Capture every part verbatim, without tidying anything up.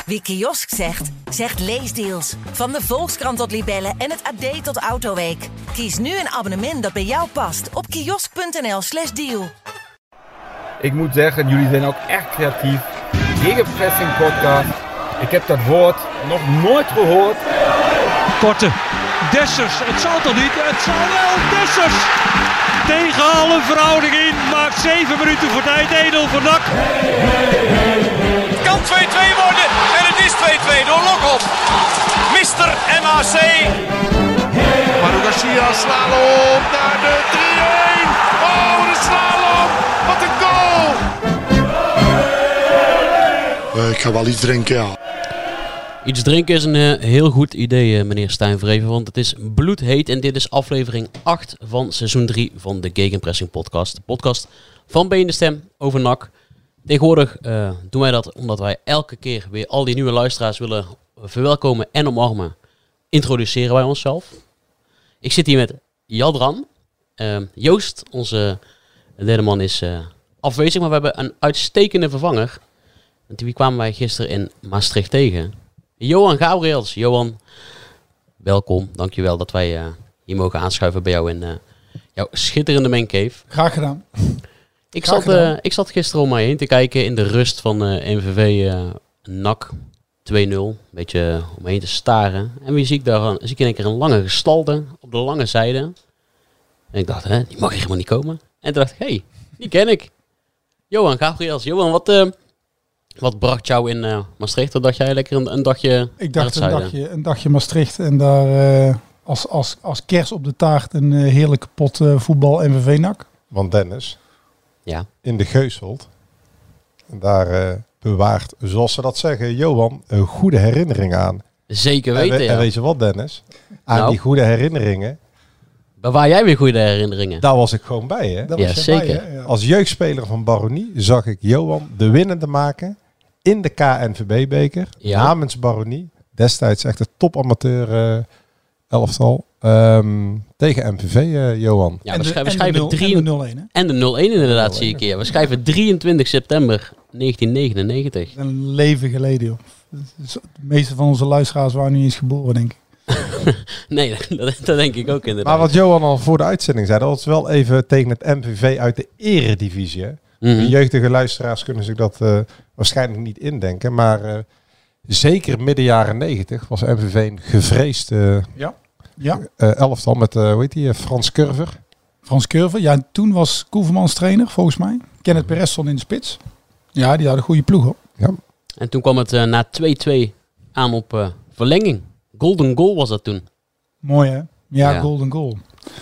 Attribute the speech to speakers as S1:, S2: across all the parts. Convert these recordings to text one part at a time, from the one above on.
S1: Wie kiosk zegt, zegt leesdeals. Van de Volkskrant tot Libellen en het A D tot Autoweek. Kies nu een abonnement dat bij jou past op kiosk.nl slash deal.
S2: Ik moet zeggen, jullie zijn ook echt creatief. Gegenpressing podcast. Ik heb dat woord nog nooit gehoord.
S3: Korte. Dessers. Het zal toch niet? Het zal wel. Dessers. Tegen alle verhouding in. Maakt zeven minuten voor tijd. één nul voor N A C.
S4: Het kan twee-twee worden. En het is twee-twee door Lokop. mister M A C.
S5: Manu Garcia slalom naar de drie-een. Oh, de slalom. Wat een goal.
S6: Uh, ik ga wel iets drinken, ja.
S7: Iets drinken is een uh, heel goed idee, uh, meneer Stijn Vreven, want het is bloedheet en dit is aflevering acht van seizoen drie van de Gegenpressing podcast. De podcast van Been de Stem over N A C. Tegenwoordig uh, doen wij dat omdat wij elke keer weer al die nieuwe luisteraars willen verwelkomen en omarmen. Introduceren wij onszelf. Ik zit hier met Jadran. Uh, Joost, onze derde man, is uh, afwezig, maar we hebben een uitstekende vervanger. En die kwamen wij gisteren in Maastricht tegen. Johan Gabriels. Johan, welkom. Dankjewel dat wij uh, hier mogen aanschuiven bij jou in uh, jouw schitterende mancave.
S8: Graag gedaan.
S7: Ik,
S8: Graag
S7: zat,
S8: gedaan.
S7: Uh, ik zat gisteren om mij heen te kijken in de rust van uh, N V V uh, N A C twee nul. Een beetje om me heen te staren. En wie zie ik daar? Een, zie ik in één keer een lange gestalte op de lange zijde. En ik dacht, hè, die mag helemaal niet komen. En toen dacht ik, hé, hey, die ken ik. Johan Gabriels. Johan, wat... Uh, Wat bracht jou in uh, Maastricht? Dat dacht jij lekker een, een dagje
S8: Ik dacht een dagje, een dagje Maastricht en daar uh, als, als, als kers op de taart een uh, heerlijke pot uh, voetbal N V V N A C.
S5: Want Dennis,
S7: ja.
S5: in de Geuselt, daar uh, bewaart, zoals ze dat zeggen, Johan, een goede herinnering aan.
S7: Zeker weten,
S5: en, we,
S7: ja.
S5: en weet je wat, Dennis? Aan
S7: nou,
S5: die goede herinneringen.
S7: Bewaar jij weer goede herinneringen?
S5: Daar was ik gewoon bij, hè?
S8: Dat
S7: ja,
S8: was
S7: zeker.
S8: bij, hè? Ja.
S5: Als jeugdspeler van Baronie zag ik Johan de winnende maken in de K N V B-beker,
S7: Ja.
S5: namens Baronie. Destijds echt een top-amateur uh, elftal. Um, tegen M V V, uh, Johan.
S7: Ja,
S8: En
S7: we,
S8: de-
S7: schrijven, we
S8: en de
S7: schrijven
S8: nul-
S7: drie...
S8: en de nul-een, hè?
S7: En de nul-een inderdaad, zie ik hier. We schrijven drieëntwintig september negentien negenennegentig.
S8: Een leven geleden, joh. De meeste van onze luisteraars waren niet eens geboren, denk ik.
S7: Nee, dat, dat denk ik ook inderdaad.
S5: Maar wat Johan al voor de uitzending zei, dat was wel even tegen het M V V uit de eredivisie, hè?
S7: Mm-hmm.
S5: De jeugdige luisteraars kunnen zich dat uh, waarschijnlijk niet indenken. Maar uh, zeker midden jaren negentig was M V V een gevreesd uh,
S8: Ja. Ja.
S5: uh, elftal met, uh, hoe heet die, uh, Frans Curver.
S8: Frans Curver. Ja, toen was Koevermans trainer, volgens mij. Kenneth Perez stond in de spits. Ja, die had een goede ploeg, hoor.
S5: Ja.
S7: En toen kwam het uh, na twee-twee aan op uh, verlenging. Golden goal was dat toen.
S8: Mooi, hè? Ja,
S7: Ja.
S8: golden goal.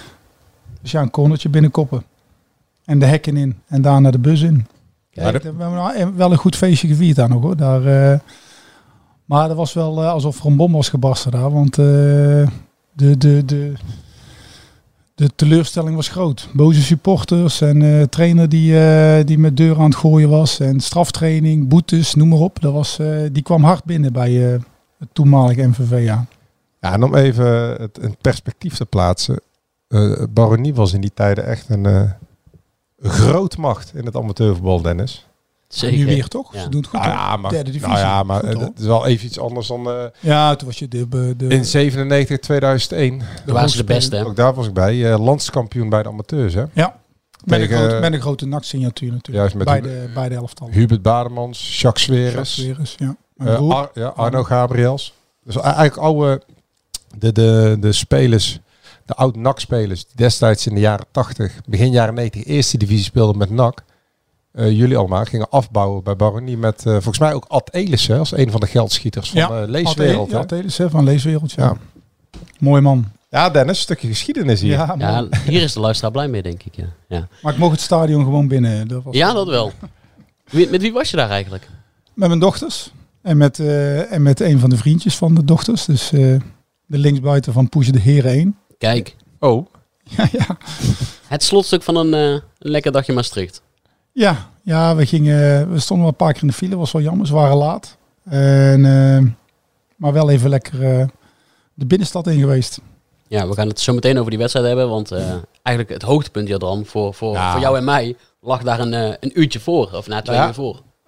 S8: Dus ja, een cornertje binnenkoppen. En de hekken in. En daarna de bus in.
S7: Kijk.
S8: Kijk, we hebben wel een goed feestje gevierd daar nog, hoor. Daar, uh, maar dat was wel uh, alsof er een bom was gebarsten daar. Want uh, de, de, de, de teleurstelling was groot. Boze supporters en uh, trainer die, uh, die met deuren aan het gooien was. En straftraining, boetes, noem maar op. Dat was, uh, die kwam hard binnen bij uh, het toenmalige M V V. Ja.
S5: Ja, en om even het in perspectief te plaatsen. Uh, Baronie was in die tijden echt een uh, grootmacht in het amateurvoetbal, Dennis.
S7: Zeker.
S8: Nu weer toch?
S7: Ja.
S8: Ze doen het goed.
S5: Nou
S8: hoor.
S5: ja, maar,
S8: Derde divisie.
S5: nou ja, maar
S8: Goed,
S5: uh,
S8: hoor.
S5: het is wel even iets anders dan uh,
S8: Ja, toen was je de, de, de,
S5: in zevenennegentig, tweeduizend één.
S7: Toen waren ze de beste, hè?
S5: Ook daar was ik bij. Uh, landskampioen bij de amateurs, hè?
S8: Ja, met,
S5: Tegen,
S8: een grote, met een grote N A C-signatuur natuurlijk.
S5: Juist, met
S8: bij,
S5: Hu-
S8: de, bij de elftal.
S5: Hubert Bademans, Jacques Sweres,
S8: Sweres, ja. Mijn
S5: uh,
S8: broer.
S5: Ar- ja, Arno Gabriels. Dus eigenlijk oude, de, de, de spelers, de oud N A C-spelers, die destijds in de jaren tachtig, begin jaren negentig, eerste divisie speelden met N A C. Uh, jullie allemaal gingen afbouwen bij Baronie met uh, volgens mij ook Ad Elissen als een van de geldschieters van
S8: Ja,
S5: uh, Leeswereld.
S8: Ja,
S5: hè?
S8: Ad Elissen van Leeswereld, ja.
S5: Ja.
S8: Mooi man.
S5: Ja, Dennis, een stukje geschiedenis hier.
S8: Ja,
S7: Ja,
S8: mooi.
S7: hier is de luisteraar blij mee, denk ik. Ja, ja.
S8: Maar ik mocht het stadion gewoon binnen. Dat was
S7: ja dat wel. Wie, met wie was je daar eigenlijk?
S8: Met mijn dochters. En met, uh, en met een van de vriendjes van de dochters. Dus uh, de linksbuiten van Poesje de Heren één.
S7: Kijk,
S5: Oh,
S8: Ja, ja.
S7: het slotstuk van een, uh, een lekker dagje Maastricht.
S8: Ja, ja, we gingen, we stonden wel een paar keer in de file, was wel jammer, ze waren laat. En, uh, maar wel even lekker uh, de binnenstad in geweest.
S7: Ja, we gaan het zo meteen over die wedstrijd hebben, want uh, eigenlijk het hoogtepunt, Jadran, voor, voor,
S5: Ja.
S7: voor jou en mij lag daar een, uh, een uurtje voor, of na twee
S5: Ja.
S7: uur voor.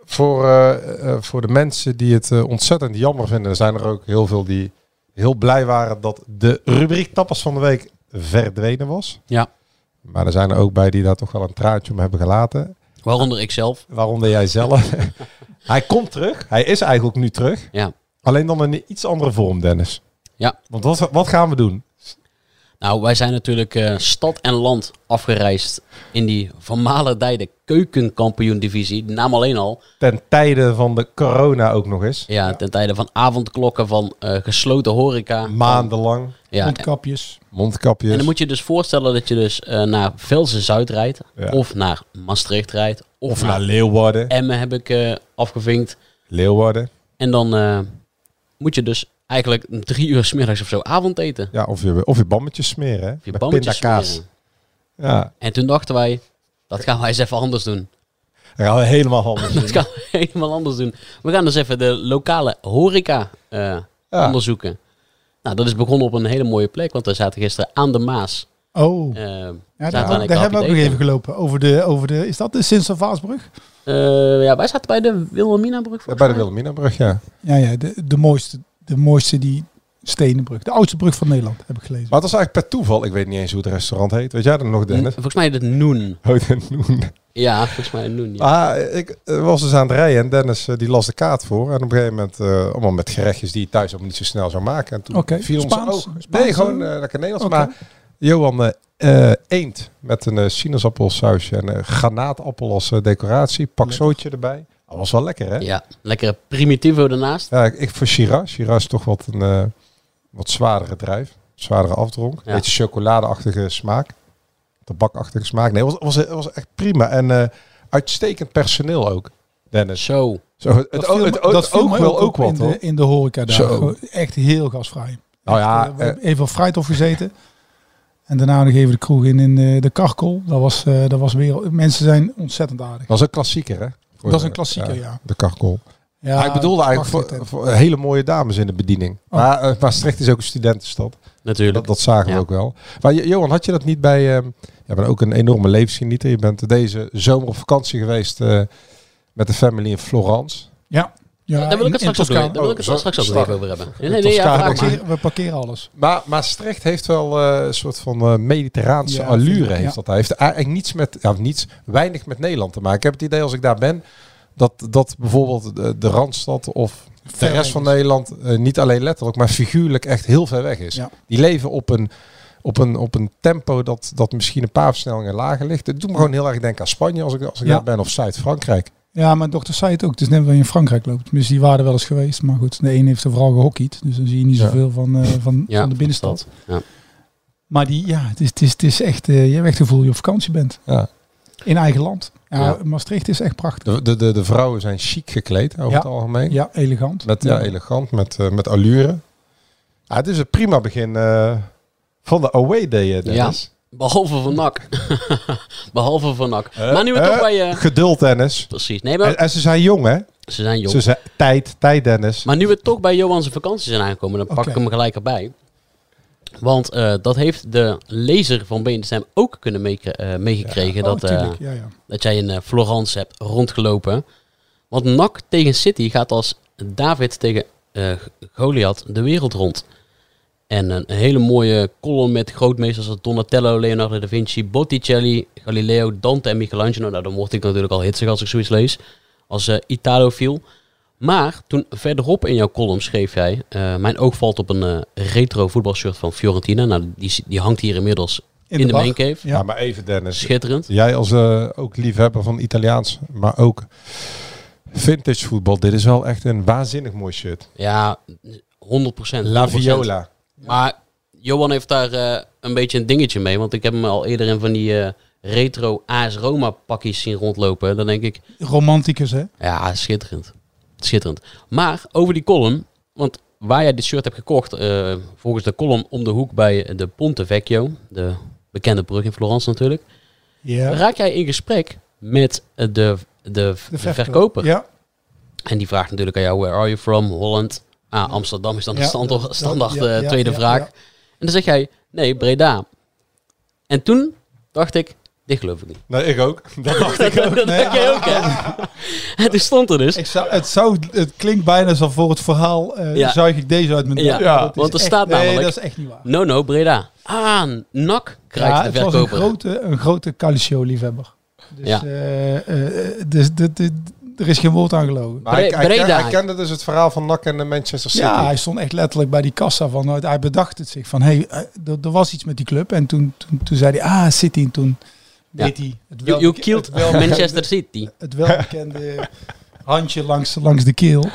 S5: voor, uh, uh, voor de mensen die het uh, ontzettend jammer vinden, er zijn er ook heel veel die heel blij waren dat de rubriek Tappers van de Week verdwenen was.
S7: Ja.
S5: Maar er zijn er ook bij die daar toch wel een traantje om hebben gelaten.
S7: Waaronder ik zelf.
S5: Waaronder jij zelf. Hij komt terug. Hij is eigenlijk nu terug.
S7: Ja.
S5: Alleen dan in een iets andere vorm, Dennis.
S7: Ja.
S5: Want wat, wat gaan we doen?
S7: Nou, wij zijn natuurlijk uh, stad en land afgereisd in die van malerdijde keukenkampioen-divisie. De naam alleen al.
S5: Ten tijde van de corona ook nog eens.
S7: Ja, ten tijde van avondklokken, van uh, gesloten horeca.
S5: Maandenlang.
S7: Ja.
S8: Mondkapjes.
S5: Mondkapjes.
S7: En dan moet je dus voorstellen dat je dus uh, naar Velzen-Zuid rijdt.
S5: Ja.
S7: Of naar Maastricht rijdt. Of,
S5: Of
S7: naar,
S5: naar Leeuwarden.
S7: Emmen heb ik uh, afgevinkt.
S5: Leeuwarden.
S7: En dan uh, moet je dus eigenlijk drie uur 's middags of zo avondeten.
S5: Ja, of je, of je bammetjes smeren. Hè?
S7: Je
S5: Met
S7: bammetjes
S5: pindakaas.
S7: smeren.
S5: Ja,
S7: En toen dachten wij, dat gaan wij eens even anders doen.
S5: dat gaan we helemaal anders doen.
S7: Dat gaan we helemaal anders doen. We gaan dus even de lokale horeca uh,
S5: Ja.
S7: onderzoeken. Nou, dat is begonnen op een hele mooie plek, want we zaten gisteren aan de Maas.
S8: Oh,
S7: Uh,
S8: ja,
S7: zaten
S8: daar,
S7: we aan
S8: daar
S7: een
S8: hebben we ook nog
S7: eten.
S8: even gelopen. Over de, over de, is dat de Sint-Servaasbrug?
S7: Uh, ja, wij zaten bij de Wilhelminabrug.
S5: Ja, bij de Wilhelminabrug, ja.
S8: Ja, ja de, de mooiste, de mooiste die stenen brug. De oudste brug van Nederland, heb ik gelezen.
S5: Maar het was eigenlijk per toeval. Ik weet niet eens hoe het restaurant heet. Weet jij dat nog, Dennis?
S7: Volgens mij is het Noen.
S5: Oh, de Noen.
S7: Ja, volgens mij Noen. Ja.
S5: Ah, ik uh, was dus aan het rijden en Dennis uh, die las de kaart voor. En op een gegeven moment uh, allemaal met gerechtjes die je thuis allemaal niet zo snel zou maken. En toen
S8: Oké,
S5: viel ons
S8: Spaans?
S5: oog.
S8: Spaans,
S5: Nee,
S8: uh,
S5: gewoon uh, lekker Nederlands.
S8: Oké.
S5: Maar Johan uh, uh, eend met een uh, sinaasappelsausje en een granaatappel als uh, decoratie. Pakzootje erbij. Dat was wel lekker, hè?
S7: Ja, lekkere primitivo ernaast.
S5: Ja, ik, ik voor Shiraz. Shiraz is toch wat een uh, wat zwaardere drijf. Zwaardere afdronk.
S7: Ja.
S5: Beetje chocoladeachtige smaak. Tabakachtige smaak. Nee, het was, was, was echt prima. En uh, uitstekend personeel ook, Dennis.
S7: Zo.
S5: Zo, het,
S8: Dat
S5: het,
S8: viel
S5: het,
S8: me-
S5: het,
S8: dat viel
S5: ook
S8: mij
S5: wel ook
S8: op
S5: wat,
S8: in
S5: hoor.
S8: de, in de horeca daar.
S5: Zo.
S8: Gewoon echt heel gasvrij.
S5: Nou ja,
S8: Echt, uh, we
S5: eh,
S8: hebben even op Vrijthof gezeten. En daarna nog even de kroeg in, in de, de Karkel. Dat was, uh, dat was weer... Mensen zijn ontzettend aardig.
S5: dat was een klassieker, hè? Voor,
S8: Dat is een
S5: uh,
S8: klassieker, ja.
S5: De karkol.
S8: Ja,
S5: maar ik bedoelde eigenlijk
S8: prachtig
S5: voor,
S8: tent.
S5: voor hele mooie dames in de bediening.
S8: Oh.
S5: Maar uh, Maastricht is ook een studentenstad.
S7: Natuurlijk.
S5: Dat, dat zagen
S7: Ja.
S5: we ook wel. Maar Jo- Johan, had je dat niet bij... Uh, je bent ook een enorme levensgenieter. Je bent deze zomer op vakantie geweest uh, met de family in Florence.
S8: Ja. ja
S7: Daar wil ik
S8: in-
S7: het
S8: in
S7: straks ook,
S8: Toscane.
S7: daar wil ik het
S5: Oh,
S7: straks ook
S5: zo-
S7: nog even over hebben. Nee, nee,
S5: Toscane.
S7: ja,
S8: We
S7: vraag maar.
S8: parkeren, we parkeren alles.
S5: Maar Maastricht heeft wel uh, een soort van uh, mediterraanse
S8: Ja,
S5: allure.
S8: vind ik,
S5: Heeft
S8: ja.
S5: dat. Hij heeft eigenlijk niets met, ja, niets, weinig met Nederland te maken. Ik heb het idee als ik daar ben, dat, dat bijvoorbeeld de, de Randstad of de
S8: Ver
S5: rest
S8: weg
S5: van
S8: is.
S5: Nederland uh, niet alleen letterlijk, maar figuurlijk echt heel ver weg is.
S8: Ja.
S5: Die leven op een, op een, op een tempo dat, dat misschien een paar versnellingen lager ligt. Het doet me gewoon heel erg denken aan Spanje als ik, als ik
S8: Ja.
S5: daar ben, of Zuid-Frankrijk.
S8: Ja, mijn dochter zei het ook. Het is net waar je in Frankrijk loopt. Tenminste, die waren er wel eens geweest. Maar goed, de een heeft er vooral gehockeyd. Dus dan zie je niet
S5: Ja.
S8: zoveel van, uh, van,
S7: Ja,
S8: van de binnenstad.
S7: Ja.
S8: Maar die, ja, het is, het is, het is echt... Uh, je hebt echt het gevoel dat je op vakantie bent.
S5: Ja.
S8: In eigen land. Ja,
S7: Ja.
S8: Maastricht is echt prachtig.
S5: De, de, de, de vrouwen zijn chic gekleed over
S8: Ja.
S5: het algemeen.
S8: Ja, elegant.
S5: Met, ja, elegant, met, uh, met allure. Ja, het is een prima begin uh, van de away day, uh, Dennis.
S7: Behalve van N A C. Behalve van N A C.
S5: Uh,
S7: maar nu we
S5: uh,
S7: toch bij... Uh,
S5: Geduld, Dennis.
S7: precies. Nee, maar
S5: En, en ze zijn jong, hè?
S7: ze zijn jong.
S5: Ze zijn tijd, tijd, Dennis.
S7: Maar nu we toch bij Johan's vakantie zijn aangekomen, dan pak
S8: Oké.
S7: ik hem gelijk erbij. Want uh, dat heeft de lezer van B N de Stem ook kunnen meeke- uh, meegekregen.
S8: Oh,
S7: dat, uh,
S8: tuurlijk. Ja, ja.
S7: dat jij in uh, Florence hebt rondgelopen. Want N A C tegen City gaat als David tegen uh, Goliath de wereld rond. En een, een hele mooie column met grootmeesters als Donatello, Leonardo da Vinci, Botticelli, Galileo, Dante en Michelangelo. Nou, dan word ik natuurlijk al hitsig als ik zoiets lees. Als uh, Italofiel. Maar toen verderop in jouw column schreef jij... Uh, mijn oog valt op een uh, retro voetbalshirt van Fiorentina. Nou, die, die hangt hier inmiddels in,
S8: de
S7: de
S8: bar.
S7: main cave.
S5: Ja, maar even, Dennis.
S7: Schitterend.
S5: Jij als uh, ook liefhebber van Italiaans, maar ook vintage voetbal. Dit is wel echt een waanzinnig mooi shirt.
S7: Ja, honderd procent.
S5: La Viola.
S7: Maar Johan heeft daar uh, een beetje een dingetje mee. Want ik heb hem al eerder in van die uh, retro A S Roma pakjes zien rondlopen. Dan denk ik,
S8: Romanticus, hè?
S7: ja, schitterend. Schitterend. Maar over die column, want waar jij dit shirt hebt gekocht, uh, volgens de column om de hoek bij de Ponte Vecchio, de bekende brug in Florence natuurlijk,
S8: Ja.
S7: raak jij in gesprek met uh, de, de, de
S8: verkoop.
S7: verkoper.
S8: Ja.
S7: En die vraagt natuurlijk aan jou, where are you from? Holland. Ah, Amsterdam is dan de
S8: Ja,
S7: standaard,
S8: dat-
S7: standaard
S8: ja,
S7: uh,
S8: ja,
S7: tweede
S8: ja,
S7: vraag.
S8: ja.
S7: En dan zeg jij, nee, Breda. En toen dacht ik, Dit geloof ik niet.
S5: Nee, ik ook. Dat dacht ik ook.
S7: Dat denk jij ook, hè? En toen stond er dus.
S8: Ik zou, het, zou, het klinkt bijna alsof voor het verhaal uh,
S7: Ja.
S8: zuig ik deze uit mijn
S7: Ja,
S8: dak.
S7: ja,
S8: Dat is
S7: want er
S8: echt-
S7: staat namelijk-
S8: Nee, dat is echt niet waar.
S7: No, no, Breda. Ah, N A C krijgt
S8: Ja,
S7: de
S8: het was een
S7: verkoper.
S8: grote, een grote Calcio-liefhebber. Dus,
S7: Ja.
S8: uh, uh, dus dit- dit- er is geen woord aan gelogen.
S5: Maar hij, hij,
S7: Breda.
S5: ken- hij kende dus het verhaal van N A C en de Manchester City.
S8: Ja, hij stond echt letterlijk bij die kassa van. nou, Hij bedacht het zich van, hé, hey, er, er was iets met die club. En toen, toen, toen zei hij, ah, City. En toen
S7: Ja.
S8: deed hij het,
S7: You, you
S8: welbeke-
S7: killed
S8: het, welbekende,
S7: Manchester City.
S8: het welbekende handje langs, langs de keel.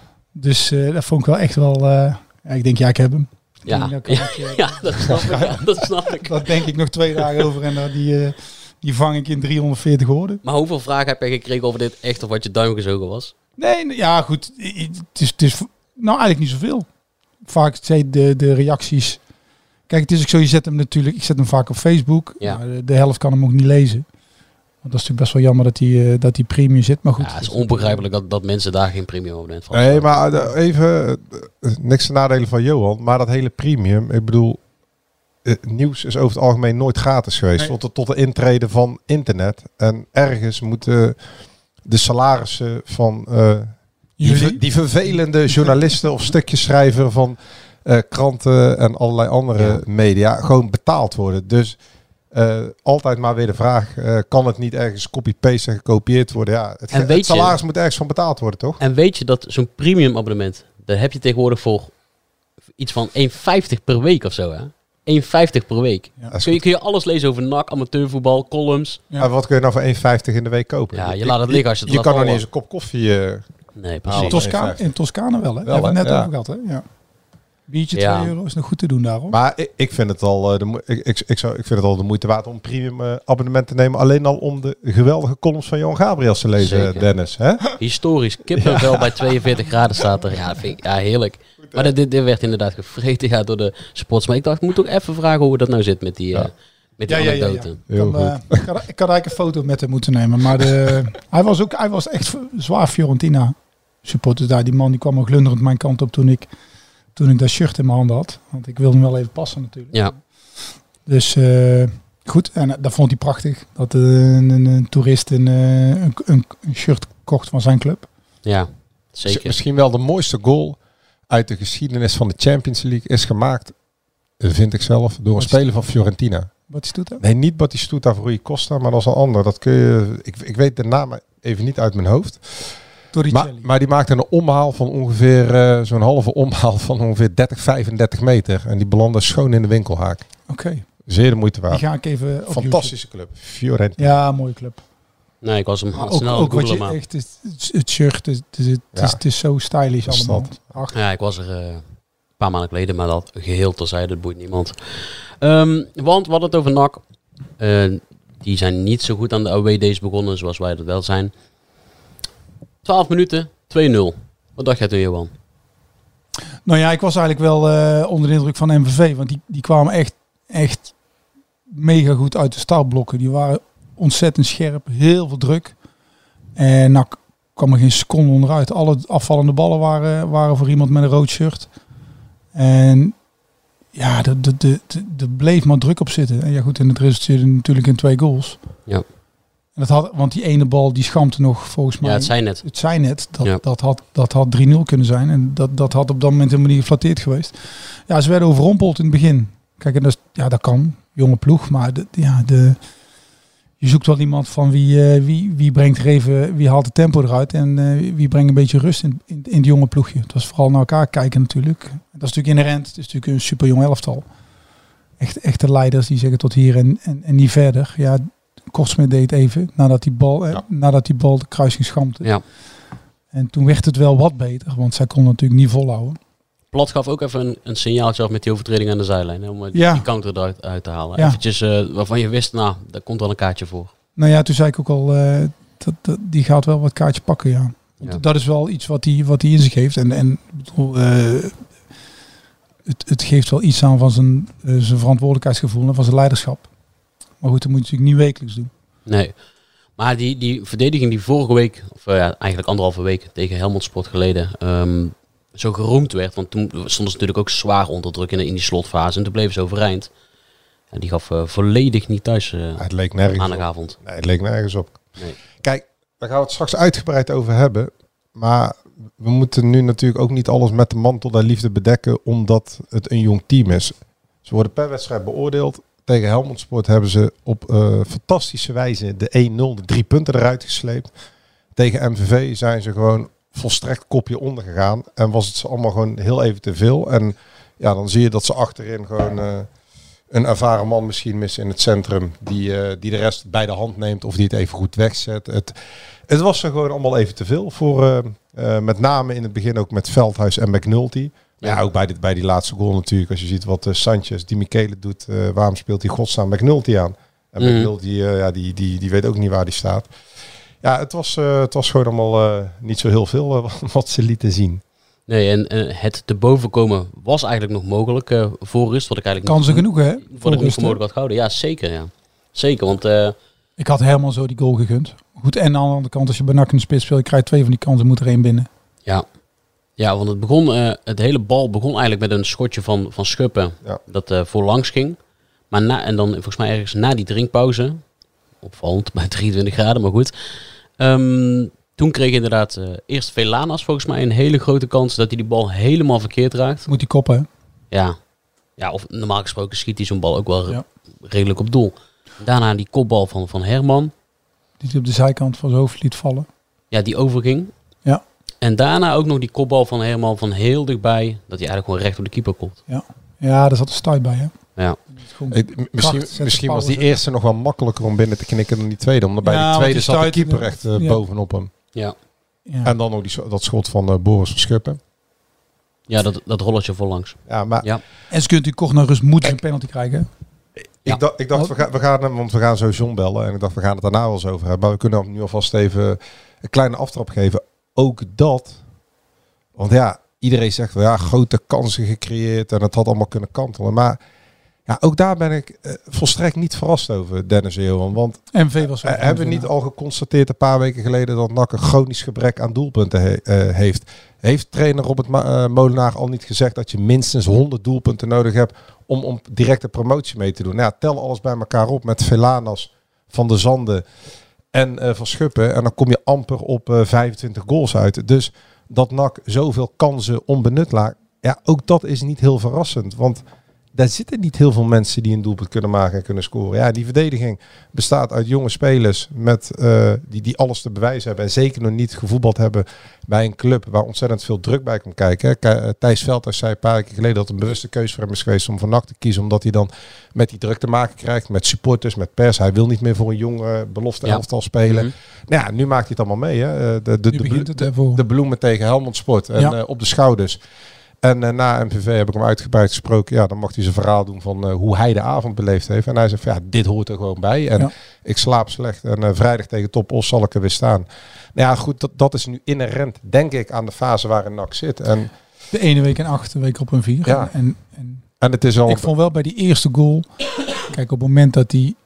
S8: Dus uh, dat vond ik wel echt wel... Uh, ja, ik denk, ja, ik heb hem.
S7: Ja.
S8: Toen, dan kan ik, uh,
S7: Ja, dat snap ik. Ja, dat snap ik.
S8: Daar denk ik nog twee dagen over. En uh, die, uh, die vang ik in driehonderdveertig woorden.
S7: Maar hoeveel vragen heb jij gekregen over dit echt of wat je duim gezogen was?
S8: Nee, nee, ja goed. Het is, het is nou eigenlijk niet zoveel. Vaak zijn de, de reacties... Kijk, het is ook zo, je zet hem natuurlijk... Ik zet hem vaak op Facebook.
S7: Ja.
S8: Maar de, de helft kan hem ook niet lezen. Want dat is natuurlijk best wel jammer dat die, uh, dat die premium zit. Maar goed.
S7: Ja, het is onbegrijpelijk dat, dat mensen daar geen premium abonnement van
S5: Nee, maar uh, even, uh, niks te nadelen van Johan, maar dat hele premium, ik bedoel, uh, nieuws is over het algemeen nooit gratis geweest,
S8: Nee.
S5: tot, de, tot de intrede van internet. En ergens moeten de salarissen van uh, die,
S8: Jullie?
S5: ver- die vervelende journalisten of stukjeschrijver van uh, kranten en allerlei andere
S7: Ja.
S5: media gewoon betaald worden. Dus uh, altijd maar weer de vraag, uh, kan het niet ergens copy-paste en gekopieerd worden? Ja, het,
S7: En
S5: ge-
S7: weet
S5: het
S7: je-
S5: salaris moet ergens van betaald worden, toch?
S7: En weet je dat zo'n premium abonnement, daar heb je tegenwoordig voor iets van één vijftig per week of zo, hè? één vijftig per week.
S8: Ja.
S5: Dat is
S7: Kun je,
S5: goed.
S7: kun je alles lezen over N A C, amateurvoetbal, columns.
S8: Ja.
S5: En wat kun je nou voor één vijftig in de week kopen?
S7: Ja, je laat het liggen als je het
S5: Je
S7: laat
S5: kan nog niet
S7: vallen.
S5: eens een kop koffie... uh,
S7: Nee,
S8: In
S7: precies.
S5: Tos-
S8: Toscane,
S5: vijftig.
S8: in Toscane wel, hè?
S5: Wel,
S8: Hebben we het
S5: hè?
S8: net
S5: Ja.
S8: over gehad, hè? Ja. Biertje
S7: Ja.
S8: twee euro is nog goed te doen daarom.
S5: maar ik, ik vind het al uh, de, mo- ik, ik, ik, zou, ik vind het al de moeite waard om een premium uh, abonnement te nemen. Alleen al om de geweldige columns van Johan Gabriels te lezen,
S7: Zeker.
S5: Dennis. Hè?
S7: Historisch kippenvel bij tweeënveertig graden staat er. Ja, dat vind ik, ja heerlijk. Maar dit, dit, dit werd inderdaad gevreten ja, door de sports. Maar ik dacht, ik moet ook even vragen hoe dat nou zit met die, uh,
S5: Ja.
S7: met die
S8: Ja, ja, ja, ja.
S7: anekdote.
S8: Ik
S5: Heel
S8: kan, uh, ik, had, ik had eigenlijk een foto met hem moeten nemen. Maar de, hij, was ook, hij was echt zwaar Fiorentina supporter daar. Die man die kwam ook glunderend mijn kant op toen ik, toen ik dat shirt in mijn handen had. Want ik wilde hem wel even passen natuurlijk.
S7: Ja,
S8: Dus uh, goed, en uh, dat vond hij prachtig. Dat uh, een, een, een toerist een, uh, een, een, een shirt kocht van zijn club.
S7: ja,
S5: Mis-
S7: zeker.
S5: Misschien wel de mooiste goal uit de geschiedenis van de Champions League is gemaakt, uh, vind ik zelf, door een
S8: Wat is-
S5: speler van Fiorentina.
S8: Wat is dat? dan?
S5: Nee, niet Batistuta voor Rui Costa, maar dat is een ander. Dat kun je, ik, ik weet de naam even niet uit mijn hoofd. Maar,
S8: Torricelli.
S5: maar die maakte een omhaal van ongeveer, uh, zo'n halve omhaal van ongeveer dertig, vijfendertig meter. En die belandde schoon in de winkelhaak.
S8: Oké,
S5: Zeer de moeite
S8: die
S5: waard.
S8: ga ik even op
S5: Fantastische club. Fiorentina.
S8: YouTube. Ja, mooie club.
S7: Nee, ik was hem
S8: Maar
S7: al
S8: ook,
S7: snel
S8: ook wat
S7: googlen,
S8: je
S7: maar...
S8: echt, het, het, het shirt, het, het, het,
S5: Ja.
S8: is, het is zo stylish
S5: Dat is
S8: allemaal.
S5: dat.
S8: Ach,
S7: Ja, ik was er uh, een paar maanden geleden, maar dat geheel terzijde, dat boeit niemand. Um, want we hadden het over N A C. Uh, die zijn niet zo goed aan de away days begonnen, zoals wij dat wel zijn. twaalf minuten, twee nul. Wat dacht jij toen, Johan?
S8: Nou ja, ik was eigenlijk wel uh, onder de indruk van M V V. Want die, die kwamen echt, echt mega goed uit de startblokken. Die waren ontzettend scherp, heel veel druk. En nou kwam er geen seconde onderuit. Alle afvallende ballen waren, waren voor iemand met een rood shirt. En ja, er de, de, de, de bleef maar druk op zitten. En ja goed, en het resulteerde natuurlijk in twee goals.
S7: Ja.
S8: En dat had, want die ene bal die schampte nog volgens mij.
S7: Ja, het zijn net.
S8: Het zijn net, dat,
S7: Ja.
S8: dat had, dat had drie nul kunnen zijn. En dat, dat had op dat moment helemaal niet geflatteerd geweest. Ja, ze werden overrompeld in het begin. Kijk, en dat, is, ja, dat kan. Jonge ploeg. Maar de, ja, de, je zoekt wel iemand van wie, uh, wie, wie brengt er even, wie haalt het tempo eruit. En uh, wie brengt een beetje rust in, in, in het jonge ploegje. Het was vooral naar elkaar kijken natuurlijk. Dat is natuurlijk inherent. Het is natuurlijk een super jong elftal. Echt, echte leiders die zeggen tot hier en, en, en niet verder. Ja, Kortsmit deed even nadat die bal, eh,
S5: Ja.
S8: nadat die bal de kruising schampte.
S7: Ja.
S8: En toen werd het wel wat beter, want zij kon natuurlijk niet volhouden.
S7: Plat gaf ook even een, een signaaltje af met die overtreding aan de zijlijn. Hè, om uh, die,
S8: Ja.
S7: die counter eruit uit te halen.
S8: Ja.
S7: Eventjes uh, waarvan je wist, nou, daar komt wel een kaartje voor.
S8: Nou ja, toen zei ik ook al, uh, dat, dat, die gaat wel wat kaartje pakken, ja. Want
S7: Ja.
S8: dat is wel iets wat hij wat hij in zich heeft. En, en ik bedoel, uh, het, het geeft wel iets aan van zijn, uh, zijn verantwoordelijkheidsgevoel en van zijn leiderschap. Maar goed, dat moet je natuurlijk niet wekelijks doen.
S7: Nee. Maar die, die verdediging die vorige week, of uh, ja, eigenlijk anderhalve week tegen Helmond Sport geleden, um, zo geroemd werd. Want toen stonden ze natuurlijk ook zwaar onder druk in, in die slotfase. En toen bleven ze overeind. En die gaf uh, volledig niet thuis uh,
S5: ja, het leek nergens
S7: maandagavond.
S5: Op. Nee, het leek nergens op.
S7: Nee.
S5: Kijk, daar gaan we het straks uitgebreid over hebben. Maar we moeten nu natuurlijk ook niet alles met de mantel der liefde bedekken, omdat het een jong team is. Ze worden per wedstrijd beoordeeld. Tegen Helmond Sport hebben ze op uh, fantastische wijze de één nul, de drie punten eruit gesleept. Tegen M V V zijn ze gewoon volstrekt kopje onder gegaan. En was het ze allemaal gewoon heel even te veel. En ja, dan zie je dat ze achterin gewoon uh, een ervaren man misschien missen in het centrum. Die, uh, die de rest bij de hand neemt of die het even goed wegzet. Het, het was er gewoon allemaal even te veel. Voor uh, uh, met name in het begin ook met Veldhuis en McNulty. Ja, ook bij, dit, bij die laatste goal natuurlijk. Als je ziet wat uh, Sanchez, die Michele doet. Uh, waarom speelt hij godsnaam McNulty aan? En mm. McNulty, uh, ja, die, die, die weet ook niet waar die staat. Ja, het was, uh, het was gewoon allemaal uh, niet zo heel veel uh, wat ze lieten zien.
S7: Nee, en uh, het te boven komen was eigenlijk nog mogelijk uh, voor rust. Wat ik eigenlijk
S8: Kansen
S7: niet,
S8: genoeg, hè?
S7: Wat ik niet voor mogelijk had gehouden. Ja, zeker. Ja. Zeker, want... Uh,
S8: ik had helemaal zo die goal gegund. Goed, en aan de andere kant, als je bij N A C in de spits speelt, je krijgt twee van die kansen, moet er één binnen.
S7: Ja. Ja, want het begon, uh, het hele bal begon eigenlijk met een schotje van, van Schuppen. Ja. Dat uh, voorlangs ging. Maar na, en dan volgens mij ergens na die drinkpauze. Opvallend bij drieëntwintig graden, maar goed. Um, toen kreeg inderdaad uh, eerst Velanas volgens mij een hele grote kans dat hij die bal helemaal verkeerd raakt.
S8: Moet hij koppen, hè?
S7: Ja. Ja, of normaal gesproken schiet hij zo'n bal ook wel ja. redelijk op doel. Daarna die kopbal van, van Herman.
S8: Die hij op de zijkant van zijn hoofd liet vallen.
S7: Ja, die overging.
S8: Ja.
S7: En daarna ook nog die kopbal van Herman van heel dichtbij. Dat hij eigenlijk gewoon recht op de keeper komt.
S8: Ja, ja daar zat een stuit bij, hè?
S7: Ja.
S5: Ik, misschien misschien was die eerste nog wel makkelijker om binnen te knikken dan die tweede. Omdat bij ja, die tweede die zat de keeper echt uh, ja. bovenop hem.
S7: Ja.
S5: ja. En dan nog die, dat schot van uh, Boris van Schuppen.
S7: Ja, dat, dat rolletje voorlangs.
S5: Ja, maar...
S7: Ja.
S8: En ze kunnen natuurlijk kort naar rust moeten een penalty krijgen.
S5: Ik, ja. dacht, ik dacht, we gaan, we gaan, want we gaan zo John bellen. En ik dacht, we gaan het daarna wel eens over hebben. Maar we kunnen nu alvast even een kleine aftrap geven. Ook dat... Want ja, iedereen zegt wel, ja, grote kansen gecreëerd. En het had allemaal kunnen kantelen. Maar... Ja, ook daar ben ik uh, volstrekt niet verrast over, Dennis Johan. Want
S8: M V was uh,
S5: hebben we niet al geconstateerd een paar weken geleden dat N A C een chronisch gebrek aan doelpunten he- uh, heeft? Heeft trainer Robert Ma- uh, Molenaar al niet gezegd dat je minstens honderd doelpunten nodig hebt om, om directe promotie mee te doen? Nou ja, tel alles bij elkaar op met Velanas, Van der Zanden en uh, Van Schuppen. En dan kom je amper op uh, vijfentwintig goals uit. Dus dat N A C zoveel kansen onbenut laat, ja, ook dat is niet heel verrassend. Want... Daar zitten niet heel veel mensen die een doelpunt kunnen maken en kunnen scoren. Ja, die verdediging bestaat uit jonge spelers met, uh, die, die alles te bewijzen hebben. En zeker nog niet gevoetbald hebben bij een club waar ontzettend veel druk bij komt kijken. K- Thijs Veldhuis zei een paar weken geleden dat het een bewuste keuze voor hem is geweest om van N A C te kiezen. Omdat hij dan met die druk te maken krijgt, met supporters, met pers. Hij wil niet meer voor een jong uh, belofte elftal ja. spelen. Mm-hmm. Nou ja, nu maakt hij het allemaal mee. Hè. De, de, de, de, de, de bloemen tegen Helmond Sport en ja. uh, op de schouders. En uh, na M V V heb ik hem uitgebreid gesproken. Ja, dan mag hij zijn verhaal doen van uh, hoe hij de avond beleefd heeft. En hij zegt, ja, dit hoort er gewoon bij. En ja. ik slaap slecht. En uh, vrijdag tegen Top Os zal ik er weer staan. Nou ja, goed, dat, dat is nu inherent, denk ik, aan de fase waarin N A C zit. En
S8: de ene week en acht, de week op een vier.
S5: Ja.
S8: En, en,
S5: en het is al...
S8: Ik vond wel bij die eerste goal... Kijk, op het moment dat die...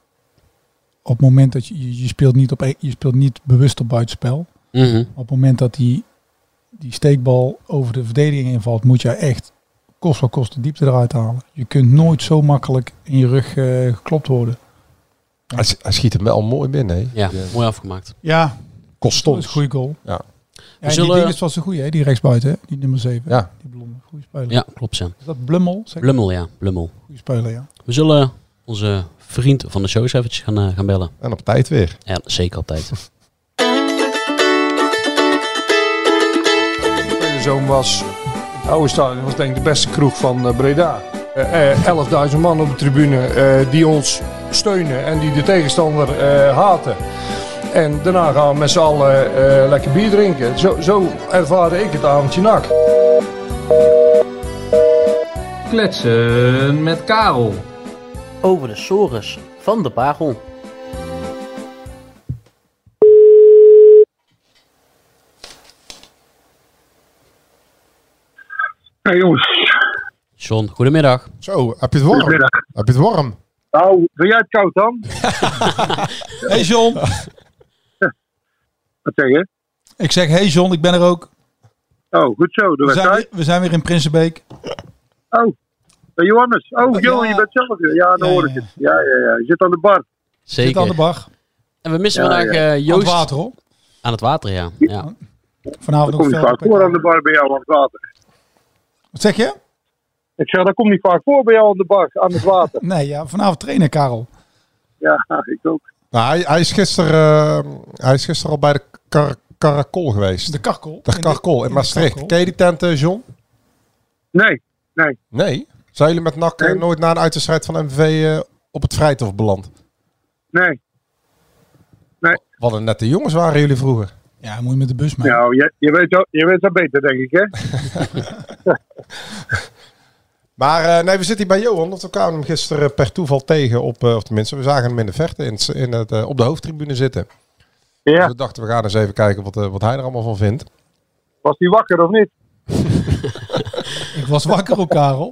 S8: Op het moment dat je... Je speelt niet, op, je speelt niet bewust op buitenspel.
S7: Mm-hmm.
S8: Op het moment dat die... die steekbal over de verdediging invalt, moet je echt kost wat kost de diepte eruit halen. Je kunt nooit zo makkelijk in je rug uh, geklopt worden.
S5: Ja. Hij, hij schiet hem wel mooi binnen. Hè?
S7: Ja, ja, mooi afgemaakt.
S8: Ja,
S5: kost
S8: dat is een goede goal.
S5: Ja.
S8: Ja, en zullen... die ding is wel zo goed, hè? Die rechtsbuiten, hè? Die nummer zeven.
S5: Ja.
S8: Die blonde, goede speler.
S7: Ja, klopt, ja.
S8: Is dat Blummel? Zeg
S7: Blummel, ja. Blummel.
S8: Goede speler, ja.
S7: We zullen onze vriend van de show eens eventjes gaan, uh, gaan bellen.
S5: En op tijd weer.
S7: Ja, zeker op tijd.
S9: Zoon was, het oude stadion was denk ik de beste kroeg van uh, Breda. Uh, uh, elfduizend man op de tribune uh, die ons steunen en die de tegenstander uh, haten. En daarna gaan we met z'n allen uh, lekker bier drinken. Zo, zo ervaarde ik het avondje N A C.
S10: Kletsen met Karel.
S7: Over de sores van de Bagel.
S11: Hey jongens.
S7: John, goedemiddag.
S5: Zo, heb je het warm? Goedemiddag. Heb je het warm?
S11: Nou, ben jij het koud dan?
S8: Hey John.
S11: Wat zeg je?
S8: Ik zeg hey John, ik ben er ook.
S11: Oh, goed zo. De
S8: we, zijn weer, we zijn weer in Prinsenbeek.
S11: Oh, Hey, Johannes. Oh,
S8: Ja.
S11: Jo, je bent zelf weer. Ja, dan
S8: Ja,
S11: hoor
S8: ja,
S11: ik het. Ja, ja, ja. Je zit aan de bar.
S7: Zeker.
S8: Zit aan de bar.
S7: En we missen
S11: Ja,
S7: vandaag
S11: ja.
S7: eh, Joost
S8: Aan het water, hoor.
S7: aan het water, ja. ja.
S8: Vanavond
S11: Dat
S8: ook
S11: komt niet
S8: veel.
S11: vaak voor aan de bar bij jou aan het water.
S8: Wat zeg je?
S11: Ik zeg, dat komt niet vaak voor bij jou aan de bar, aan het water.
S8: Nee, ja, vanavond trainen, Karel.
S11: Ja, ik ook.
S5: Nou, hij, hij, is gisteren, uh, hij is gisteren al bij de kar Karakol geweest.
S8: De Karkol.
S5: De Karkol in,
S8: in de
S5: Maastricht.
S8: Karkol.
S5: Ken je die tent, uh, John?
S11: Nee, nee.
S5: Nee? Zijn jullie met N A C uh,
S11: Nee.
S5: nooit na een uitwedstrijd van M V V uh, op het Vrijthof beland?
S11: Nee.
S5: Wat een nette jongens waren jullie vroeger.
S8: Ja, moet je met de bus mee.
S11: Nou, je, je, weet, wel- je weet dat beter, denk ik, hè?
S5: Maar uh, nee, we zitten hier bij Johan. Want we kwamen hem gisteren per toeval tegen. Op, uh, of tenminste, we zagen hem in de verte in, het- in het, uh, op de hoofdtribune zitten. Dus
S11: Ja.
S5: we dachten, we gaan eens even kijken wat, uh, wat hij er allemaal van vindt.
S11: Was die wakker of niet?
S8: Ik was wakker ook, Karel.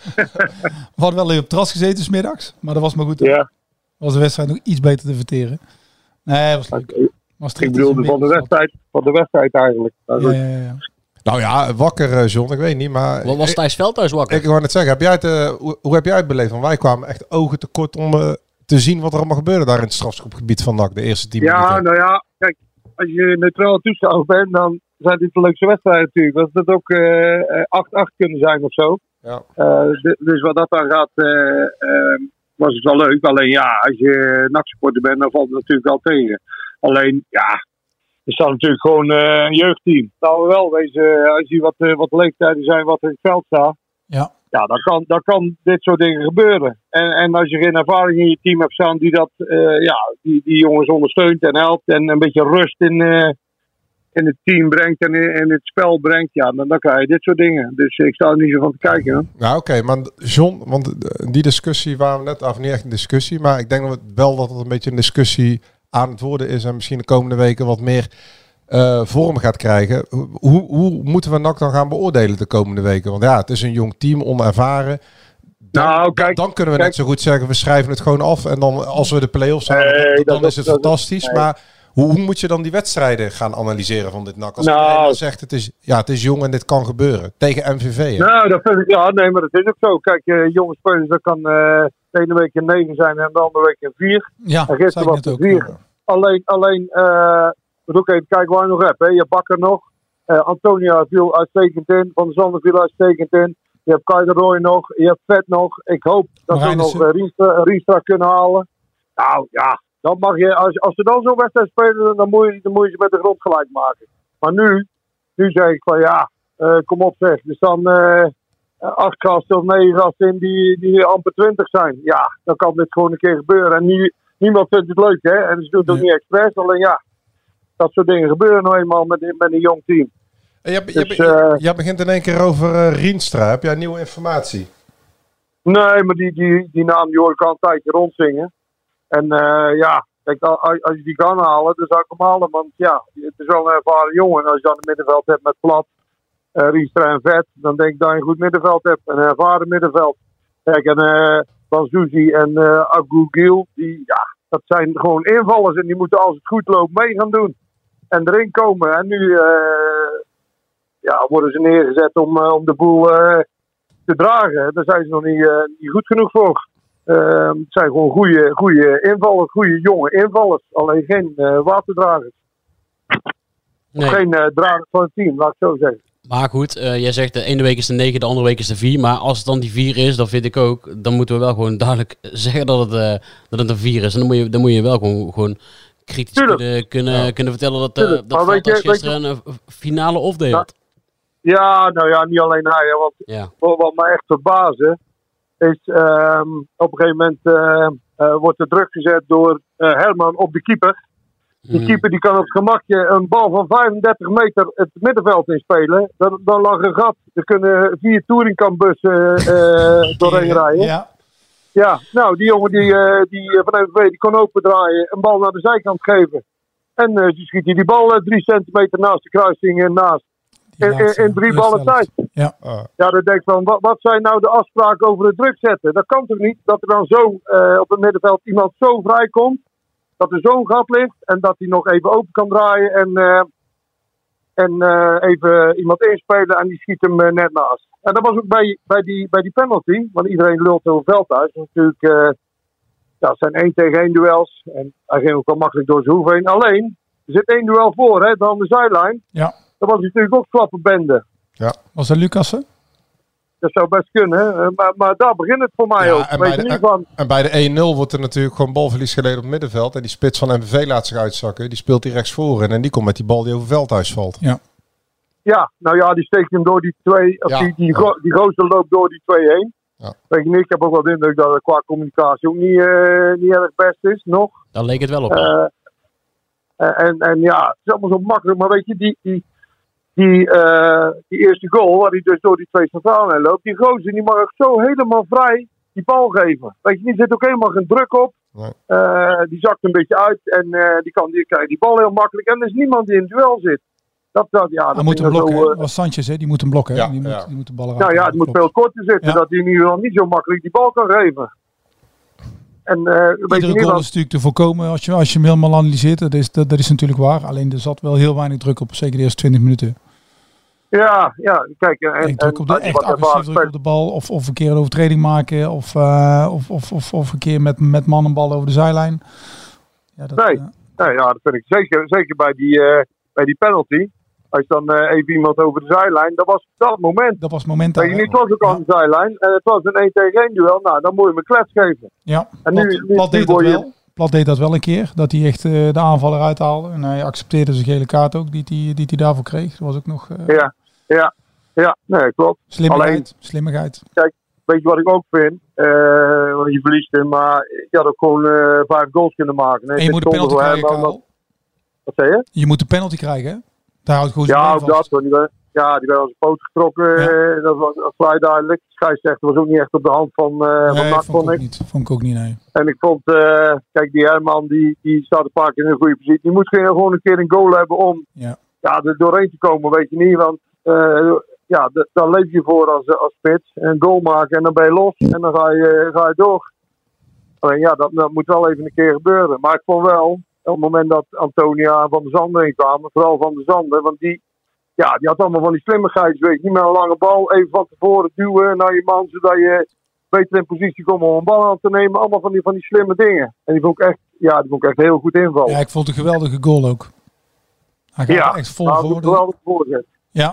S8: We hadden wel even op het terras gezeten 's middags. Maar dat was maar goed.
S11: Ja.
S8: Was de wedstrijd nog iets beter te verteren. Nee, dat was leuk. Maastricht
S11: Ik
S8: is
S11: bedoelde
S8: een
S11: van de
S8: middenstad.
S11: wedstrijd, van de wedstrijd eigenlijk. Maar
S8: Ja,
S11: goed.
S8: ja, ja.
S5: Nou ja, wakker uh, John, ik weet niet. Maar
S7: Wat was
S5: ik,
S7: Thijs Veldhuis wakker?
S5: ik wou net zeggen, heb jij het, uh, hoe, hoe heb jij het beleefd? Want wij kwamen echt ogen tekort om uh, te zien wat er allemaal gebeurde daar in het strafschopgebied van N A C. De eerste tien
S11: Ja,
S5: minuten.
S11: nou ja, kijk, als je neutraal toeschouwer bent, dan zijn dit de leukste wedstrijden natuurlijk. Dat het ook eh, acht acht kunnen zijn of zo.
S5: Ja.
S11: Eh, d- dus wat dat dan gaat, eh, eh, was het wel leuk. Alleen ja, als je N A C-supporter bent, dan valt het natuurlijk wel tegen. Alleen, ja, er staat natuurlijk gewoon eh, een jeugdteam. Nou wel, wezen, als je wat, eh, wat leeftijden zijn wat in het veld staat.
S8: Ja.
S11: Ja, dan kan, dan kan dit soort dingen gebeuren. En, en als je geen ervaring in je team hebt staan die dat, eh, ja, die, die jongens ondersteunt en helpt en een beetje rust in, eh, in het team brengt en in, in het spel brengt, ja, dan, dan krijg je dit soort dingen. Dus ik sta er niet zo van te kijken. Hè.
S5: Nou oké, maar John, want die discussie waren we net af, niet echt een discussie, maar ik denk dat het wel dat het een beetje een discussie aan het worden is en misschien de komende weken wat meer uh, vorm gaat krijgen. Hoe, hoe moeten we N A C dan gaan beoordelen de komende weken? Want ja, het is een jong team, onervaren. Dan,
S11: Nou, kijk,
S5: dan kunnen we
S11: kijk.
S5: net zo goed zeggen, we schrijven het gewoon af en dan als we de play-offs halen,
S11: Nee,
S5: dan, dan
S11: dat-
S5: is het
S11: dat-
S5: fantastisch.
S11: nee.
S5: Maar hoe, hoe moet je dan die wedstrijden gaan analyseren van dit N A C? Als
S11: Nou.
S5: iedereen dan zegt, het is, ja, het is jong en dit kan gebeuren. Tegen M V V, hè?
S11: Nou, dat vind ik, ja, nee, maar dat is ook zo. Kijk, eh, jonge spelers, dat kan eh, de ene week een negen zijn en de andere week een vier.
S8: Ja,
S11: En
S8: zei
S11: gisteren
S8: ik
S11: was
S8: net
S11: het
S8: ook.
S11: vier. Alleen, alleen uh, moet ook even kijken waar je nog hebt. Hè. Je hebt Bakker nog. Uh, Antonia viel uitstekend in. Van der Zanden viel uitstekend in. Je hebt Kai de Roy nog. Je hebt Vet nog. Ik hoop dat we
S8: Marijnissen.
S11: nog uh, Rienstra, Rienstra kunnen halen. Nou ja, dan mag je, als, als ze dan zo'n wedstrijd spelen, dan moet, je, dan moet je ze met de grond gelijk maken. Maar nu, nu zeg ik van ja, uh, kom op zeg. Er staan uh, acht gasten of negen gasten in die, die amper twintig zijn. Ja, dan kan dit gewoon een keer gebeuren. En nie, niemand vindt het leuk, hè. En ze doen het ook
S8: Ja.
S11: niet expres. Alleen ja, dat soort dingen gebeuren nou eenmaal met, met een jong team.
S5: En jij,
S11: Dus,
S5: jij,
S11: eh,
S5: jij begint in één keer over uh, Rienstra. Heb jij nieuwe informatie?
S11: Nee, maar die, die, die naam die hoor ik al een tijdje rondzingen. En uh, ja, kijk, als, als je die kan halen, dan zou ik hem halen. Want ja, het is wel een ervaren jongen. En als je dan een middenveld hebt met Plat, uh, Rienstra en Vet, dan denk ik dat je een goed middenveld hebt. Een ervaren middenveld. Kijk, en uh, Banzuzi en uh, Abdul Gil, die, ja, dat zijn gewoon invallers. En die moeten als het goed loopt mee gaan doen. En erin komen. En nu uh, ja, worden ze neergezet om, uh, om de boel uh, te dragen. Daar zijn ze nog niet, uh, niet goed genoeg voor. Uh, het zijn gewoon goede, goede invallers, goede jonge invallers. Alleen geen uh, waterdragers.
S7: Nee.
S11: Geen uh, dragers van het team, laat ik zo zeggen.
S7: Maar goed, uh, jij zegt de ene week is de negen, de andere week is de vier. Maar als het dan die vier is, dan vind ik ook, dan moeten we wel gewoon duidelijk zeggen dat het, uh, dat het een vier is. En dan moet je, dan moet je wel gewoon, gewoon kritisch
S11: Tuurlijk.
S7: kunnen, kunnen,
S5: Ja.
S7: kunnen vertellen dat, uh,
S11: Tuurlijk.
S7: dat
S11: Maar weet
S7: Veldhuis
S11: je- weet
S7: gisteren een uh, finale off-day had.
S11: Ja, nou ja, niet alleen hij. Hè, want
S7: Ja.
S11: wat, wat me echt verbazen is, um, op een gegeven moment uh, uh, wordt er druk gezet door uh, Herman op de keeper. Die
S7: Mm.
S11: keeper die kan op het gemakje een bal van vijfendertig meter het middenveld inspelen. Dan, dan lag een gat. Er kunnen vier touringkambussen uh, doorheen rijden. Ja.
S8: Ja,
S11: nou, die jongen die, uh, die uh, van M V V die kon opendraaien, een bal naar de zijkant geven. En uh, die schiet hij die bal uh, drie centimeter naast de kruising en naast.
S8: die
S11: In, in,
S8: laatste
S11: in drie ballen
S8: wedstrijd.
S11: tijd.
S8: Ja.
S5: Ah.
S11: Ja, dan denk ik van, wat, wat zijn nou de afspraken over het druk zetten? Dat kan toch niet dat er dan zo uh, op het middenveld iemand zo vrij komt, dat er zo'n gat ligt en dat hij nog even open kan draaien en, uh, en uh, even iemand inspelen en die schiet hem uh, net naast. En dat was ook bij, bij, die, bij die penalty. Want iedereen lult over Veldhuis. Natuurlijk, uh, ja, het zijn één tegen één duels. En hij ging ook wel makkelijk door zijn hoef heen. Alleen, er zit één duel voor, hè, dan de zijlijn.
S8: Ja.
S11: Dat was natuurlijk ook klappenbende.
S5: Ja.
S8: Was dat Lucassen?
S11: Dat zou best kunnen. Uh, maar, maar daar begint het voor mij
S5: Ja,
S11: ook.
S5: en,
S11: Weet
S5: bij
S11: je
S5: de,
S11: niet van...
S5: en bij de één nul wordt er natuurlijk gewoon balverlies geleden op het middenveld. En die spits van M V V laat zich uitzakken. Die speelt die rechts voor in. En die komt met die bal die over Veldhuis valt.
S8: Ja.
S11: Ja, nou ja, die steekt hem door die twee, of
S5: Ja,
S11: die, die,
S5: ja.
S11: gro- die gozer loopt door die twee heen.
S5: Ja.
S11: Weet je niet, ik heb ook wel de indruk dat het qua communicatie ook niet, uh, niet erg best is, nog.
S7: Daar leek het wel op.
S11: Uh, en, en ja, het is allemaal zo makkelijk, maar weet je, die, die, die, uh, die eerste goal, waar hij dus door die twee centralen heen loopt, die gozer die mag ook zo helemaal vrij die bal geven. Weet je, die zit ook helemaal geen druk op.
S5: Nee.
S11: Uh, die zakt een beetje uit en uh, die, kan, die krijgt die bal heel makkelijk. En er is niemand die in het duel zit. Dat, dat, ja, dat
S8: Hij moet hem
S11: vind ik
S8: blokken.
S11: zo,
S8: Dat
S11: uh,
S8: was Sanchez, hè? Die moet hem blokken. Hè?
S5: Ja,
S8: die, moet,
S5: ja.
S8: die moet de ballen
S11: Nou ja, het moet veel korter zitten,
S8: Ja.
S11: dat hij in ieder geval niet zo makkelijk die bal kan geven. En uh, weet je
S8: Iedere
S11: niet
S8: goal
S11: wat...
S8: is natuurlijk te voorkomen als je, als je hem helemaal analyseert. Dat is, dat, dat is natuurlijk waar. Alleen er zat wel heel weinig druk op. Zeker de eerste twintig minuten.
S11: Ja, ja, kijk. En,
S8: Echt druk op de,
S11: en,
S8: echt
S11: wat
S8: agressief
S11: ervaren
S8: druk op de bal. Of, of een keer een overtreding maken. Of, uh, of, of, of, of een keer met, met man en bal over de zijlijn. Ja, dat,
S11: Nee.
S8: uh,
S11: Nee, ja, dat vind ik zeker, zeker bij die, uh, bij die penalty. Als je dan uh, even iemand over de zijlijn, dat was dat moment.
S8: dat was het moment
S11: Weet
S8: daar.
S11: je,
S8: hè?
S11: niet, het was ook aan de zijlijn. En het was een één tegen één duel. Nou, dan moet je hem een klets geven.
S8: Ja,
S11: En
S8: Plat,
S11: nu, nu,
S8: Plat
S11: nu
S8: deed dat
S11: word je...
S8: wel. Plat deed dat wel een keer. Dat hij echt uh, de aanval eruit haalde. En hij accepteerde zijn gele kaart ook, die hij die, die die daarvoor kreeg. Dat was ook nog uh,
S11: Ja, ja, ja, nee, klopt.
S8: slimmigheid.
S11: Alleen-
S8: slimmigheid.
S11: Weet je wat ik ook vind? Uh, want je verliest hem, maar je had ook gewoon uh, vijf goals kunnen maken. Nee,
S8: En je moet een penalty krijgen, Karel.
S11: Wat zei je?
S8: Je moet de penalty krijgen, hè? Daar houdt gewoon zijn
S11: Ja,
S8: been
S11: ook dat.
S8: vast.
S11: hoor. Die werd, ja, die werd als een poot getrokken.
S8: Ja.
S11: Uh, dat was was vrij duidelijk. De scheidsrechter was ook niet echt op de hand van, uh, van
S8: Nee,
S11: N A C,
S8: vond ik
S11: vond
S8: ook
S11: ik.
S8: niet. Vond ik ook niet, nee.
S11: En ik vond, uh, kijk, die Herman, die, die staat een paar keer in een goede positie. Die moet geen- gewoon een keer een goal hebben om
S8: Ja.
S11: ja, er doorheen te komen, weet je niet. Want uh, ja, d- daar leef je voor als, als spits. Een goal maken en dan ben je los. En dan ga je, ga je door. Alleen ja, dat, dat moet wel even een keer gebeuren. Maar ik vond wel, op het moment dat Antonia en Van der Zanden heen kwamen, vooral Van der Zanden, want die, ja, die had allemaal van die slimmigheid, weet je, niet met een lange bal, even van tevoren duwen naar je man, zodat je beter in positie komt om een bal aan te nemen. Allemaal van die, van die slimme dingen. En die vond ik echt, ja, die vond ik echt heel goed invallen.
S8: Ja, ik vond het een geweldige goal ook. Hij gaat
S11: Ja,
S8: er echt vol
S11: nou,
S8: voor.
S11: een geweldig voorzet.
S8: Ja,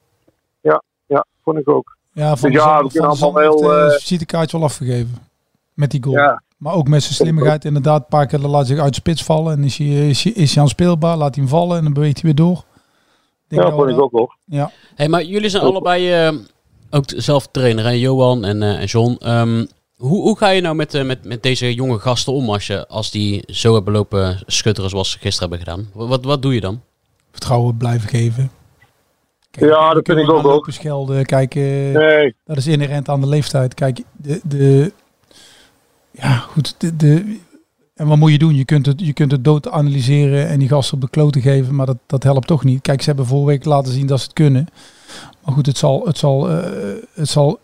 S11: Ja, ja, vond ik ook.
S8: ja, Van
S11: Dus
S8: der
S11: ja,
S8: Zand-
S11: we kunnen
S8: Van der
S11: allemaal
S8: Zand heeft
S11: heel,
S8: uh,
S11: eh,
S8: visitekaartje wel afgegeven. Met die goal.
S11: Ja.
S8: Maar ook met zijn slimmigheid inderdaad. Een paar keer laat hij zich uit de spits vallen. En is hij, is hij, is hij aanspeelbaar. Laat hij hem vallen en dan beweegt hij weer door. Denk
S11: Ja,
S8: dat
S11: vond
S8: we
S11: ik ook wel.
S8: Ja.
S7: Hey, maar jullie zijn allebei uh, ook t- zelf trainer, hè? Johan en, uh, en John. Um, hoe, hoe ga je nou met, uh, met, met deze jonge gasten om als, je, als die zo hebben lopen schutteren zoals ze gisteren hebben gedaan? Wat, wat doe je dan?
S8: Vertrouwen blijven geven. Kijk,
S11: Ja,
S8: we
S11: dat
S8: kunnen
S11: vind ik
S8: gaan
S11: ook
S8: lopen schelden. Kijk, uh,
S11: Nee.
S8: dat is inherent aan de leeftijd. Kijk, de... de ja, goed. De, de, en wat moet je doen? Je kunt het, je kunt het dood analyseren en die gasten op de kloten geven, maar dat, dat helpt toch niet. Kijk, ze hebben vorige week laten zien dat ze het kunnen. Maar goed, het zal, het zal, uh, het zal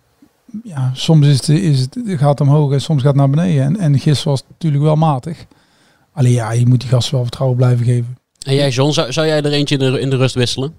S8: ja, soms is het, is het, gaat het omhoog en soms gaat het naar beneden. En, en gisteren was het natuurlijk wel matig. Alleen ja, je moet die gasten wel vertrouwen blijven geven.
S7: En jij, John, zou, zou jij er eentje in de, in de rust wisselen?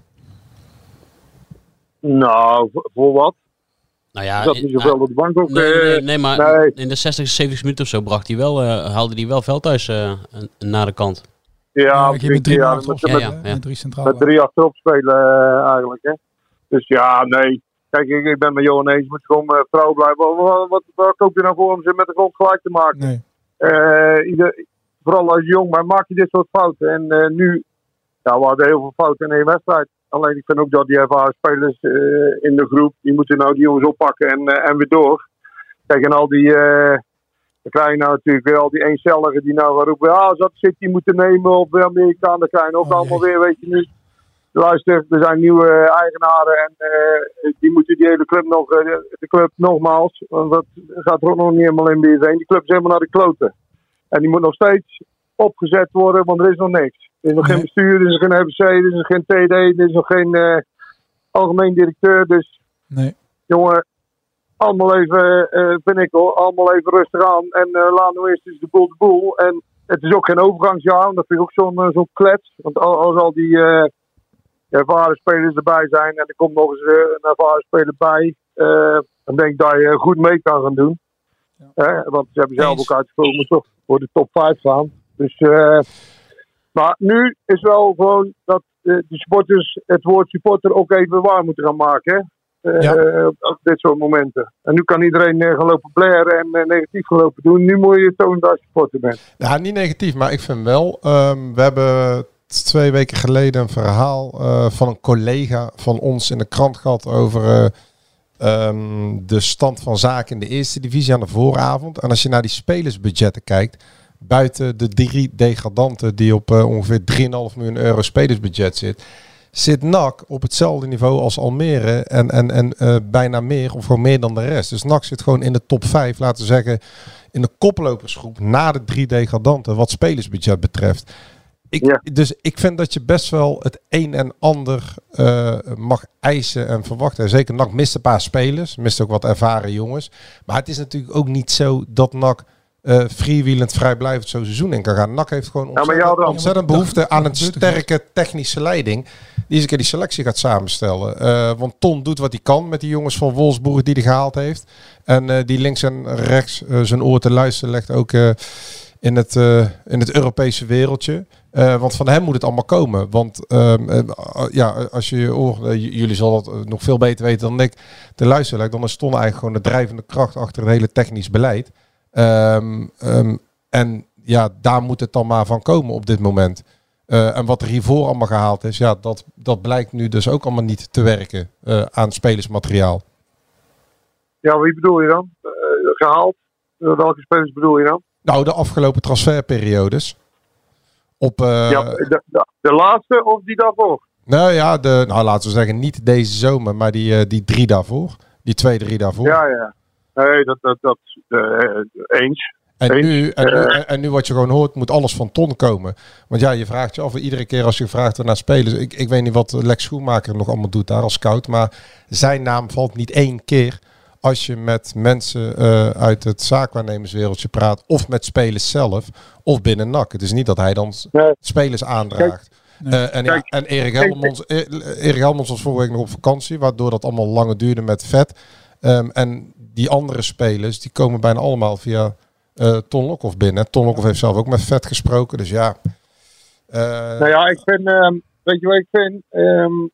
S11: Nou, voor, voor wat?
S7: Nou ja,
S11: Er zat niet zoveel op de bank ook.
S7: Nee, nee, nee, maar
S11: nee.
S7: in de zestig, zeventig minuten of zo bracht hij wel, uh, haalde hij wel Veldhuis uh, naar de kant.
S11: Ja,
S8: Ja,
S11: met,
S8: je met drie,
S11: ja,
S8: met,
S11: met,
S7: ja,
S11: met,
S7: ja.
S8: met drie centrale.
S11: met drie achterop spelen uh, eigenlijk. Hè. Dus ja, nee. Kijk, ik, ik ben met Johan eens. Je moet gewoon uh, trouw blijven. Wat, wat, wat koop je nou voor om ze met de grond gelijk te maken?
S8: Nee.
S11: Uh, ieder, vooral als jong, maar maak je dit soort fouten. En uh, nu, ja, we hadden heel veel fouten in één wedstrijd. Alleen ik vind ook dat die ervaren spelers uh, in de groep, die moeten nou die jongens oppakken en, uh, en weer door. Kijk, en al die, uh, dan krijg je nou natuurlijk weer al die eencelligen die nou gaan roepen, ja, ah, dat City moeten nemen of weer Amerikaan, dan krijg je ook
S8: Oh,
S11: allemaal
S8: jee.
S11: weer, weet je niet. Luister, er zijn nieuwe eigenaren en uh, die moeten die hele club nog, uh, de club nogmaals, want dat gaat er ook nog niet helemaal in bij zijn. Die club is helemaal naar de kloten. En die moet nog steeds opgezet worden, want er is nog niks. Er is nog
S8: Nee.
S11: geen bestuur, er is nog geen R B C, er is geen T D, er is nog geen uh, algemeen directeur. Dus
S8: Nee.
S11: jongen, allemaal even, uh, vind ik hoor, allemaal even rustig aan. En uh, laat nou eerst eens de boel de boel. En het is ook geen overgangsjaar, want dat vind ik ook zo'n uh, zo'n klets. Want als al die, uh, ervaren spelers erbij zijn en er komt nog eens uh, een ervaren speler bij, uh, dan denk ik dat je goed mee kan gaan doen. Ja. Uh, want ze hebben zelf ook uitgekomen toch voor de top vijf gaan. Dus, uh, maar nu is wel gewoon dat uh, de supporters het woord supporter ook even waar moeten gaan maken. Uh, ja. uh, op dit soort momenten. En nu kan iedereen uh, gaan lopen blaren en uh, negatief gaan lopen doen. Nu moet je tonen dat je supporter bent.
S5: Ja, niet negatief, maar ik vind wel. Um, we hebben twee weken geleden een verhaal uh, van een collega van ons in de krant gehad over uh, um, de stand van zaken in de eerste divisie aan de vooravond. En als je naar die spelersbudgetten kijkt, buiten de drie degradanten die op uh, ongeveer drie komma vijf miljoen euro spelersbudget zit, zit N A C op hetzelfde niveau als Almere en, en, en uh, bijna meer of gewoon meer dan de rest. Dus N A C zit gewoon in de top vijf, laten we zeggen, in de koplopersgroep na de drie degradanten wat spelersbudget betreft. Ik, ja. Dus ik vind dat je best wel het een en ander uh, mag eisen en verwachten. Zeker N A C mist een paar spelers, mist ook wat ervaren jongens. Maar het is natuurlijk ook niet zo dat N A C uh, freewheelend vrijblijvend zo'n seizoen in kan gaan. N A C heeft gewoon ontzettend, ja, ontzettend behoefte aan een sterke technische leiding die eens een keer die selectie gaat samenstellen. Uh, want Ton doet wat hij kan met die jongens van Wolfsburg die hij gehaald heeft. En uh, die links en rechts uh, zijn oor te luisteren legt ook uh, in, het, uh, in het Europese wereldje. Uh, want van hem moet het allemaal komen. Want uh, uh, ja, als je je oor, uh, j- jullie zal dat uh, nog veel beter weten dan ik, te luisteren lijkt, dan is Ton eigenlijk gewoon de drijvende kracht achter het hele technisch beleid. Um, um, en ja, daar moet het dan maar van komen op dit moment. Uh, en wat er hiervoor allemaal gehaald is, ja, dat, dat blijkt nu dus ook allemaal niet te werken uh, aan spelersmateriaal.
S11: Ja, wie bedoel je dan? Uh, gehaald? Uh, welke spelers bedoel je dan?
S5: Nou, de afgelopen transferperiodes. Op, uh,
S11: ja, de, de, de laatste of die daarvoor?
S5: Nou ja, de, nou, laten we zeggen niet deze zomer, maar die, uh, die drie daarvoor. Die twee, drie daarvoor.
S11: Ja, ja. Nee, dat, dat, dat uh, eens.
S5: En,
S11: eens.
S5: Nu, en,
S11: uh,
S5: nu, en, en nu wat je gewoon hoort, moet alles van Ton komen. Want ja, je vraagt je af, iedere keer als je vraagt naar spelers. Ik, ik weet niet wat Lex Schoenmaker nog allemaal doet daar als scout. Maar zijn naam valt niet één keer als je met mensen uh, uit het zaakwaarnemerswereldje praat. Of met spelers zelf. Of binnen N A C. Het is niet dat hij dan nee. spelers aandraagt. Kijk, uh, en, ja, en Erik Helmons, Erik Helmons was vorige week nog op vakantie. Waardoor dat allemaal langer duurde met vet. Um, en die andere spelers, die komen bijna allemaal via uh, Ton Lokhoff binnen. Ton Lokhoff heeft zelf ook met vet gesproken, dus ja. Uh,
S11: nou ja, ik vind, um, weet je wat ik vind? Um,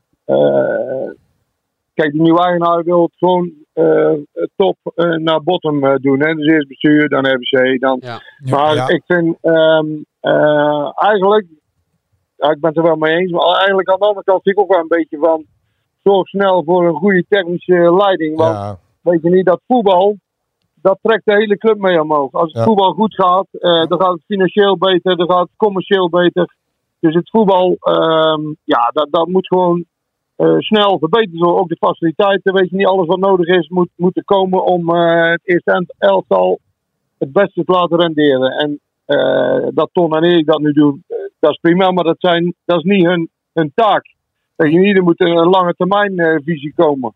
S11: uh, kijk, de nieuwe eigenaar wil het gewoon uh, top uh, naar bottom uh, doen. Hè? Dus eerst bestuur, dan R B C, dan... Ja. Maar ja. ik vind um, uh, eigenlijk, ja, ik ben het er wel mee eens, maar eigenlijk aan de andere kant zie ik ook wel een beetje van, zorg snel voor een goede technische leiding. Want ja. weet je niet, dat voetbal, dat trekt de hele club mee omhoog. Als het ja. voetbal goed gaat, uh, dan gaat het financieel beter, dan gaat het commercieel beter. Dus het voetbal, um, ja, dat, dat moet gewoon uh, snel verbeterd worden. Ook de faciliteiten, weet je niet, alles wat nodig is, moet, moet er komen om uh, het eerste elftal het beste te laten renderen. En uh, dat Ton en Erik dat nu doen, uh, dat is prima, maar dat, zijn, dat is niet hun, hun taak. Weet je niet, er moet een lange termijn uh, visie komen.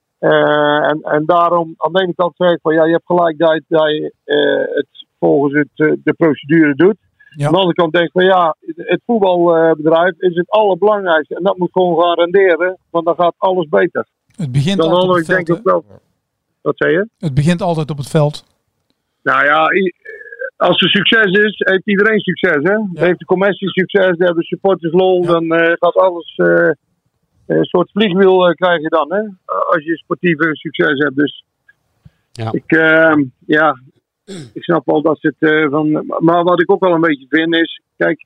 S11: Uh, en, en daarom, aan de ene kant zeg ik van ja, je hebt gelijk dat je, dat je uh, het volgens het, uh, de procedure doet. Ja. Aan de andere kant denk ik van ja, het voetbalbedrijf is het allerbelangrijkste. En dat moet gewoon gaan renderen, want dan gaat alles beter.
S8: Het begint dan altijd op het veld.
S11: Denk ik wel, wat zei je?
S8: Het begint altijd op het veld. Nou
S11: ja, als er succes is, heeft iedereen succes. Hè? Ja. Heeft de commissie succes, dan hebben de supporters lol, ja. dan uh, gaat alles... Uh, een soort vliegwiel uh, krijg je dan, hè? Als je sportieve succes hebt. Dus ja, ik, uh, ja, ik snap wel dat het uh, van. Maar wat ik ook wel een beetje vind is, kijk,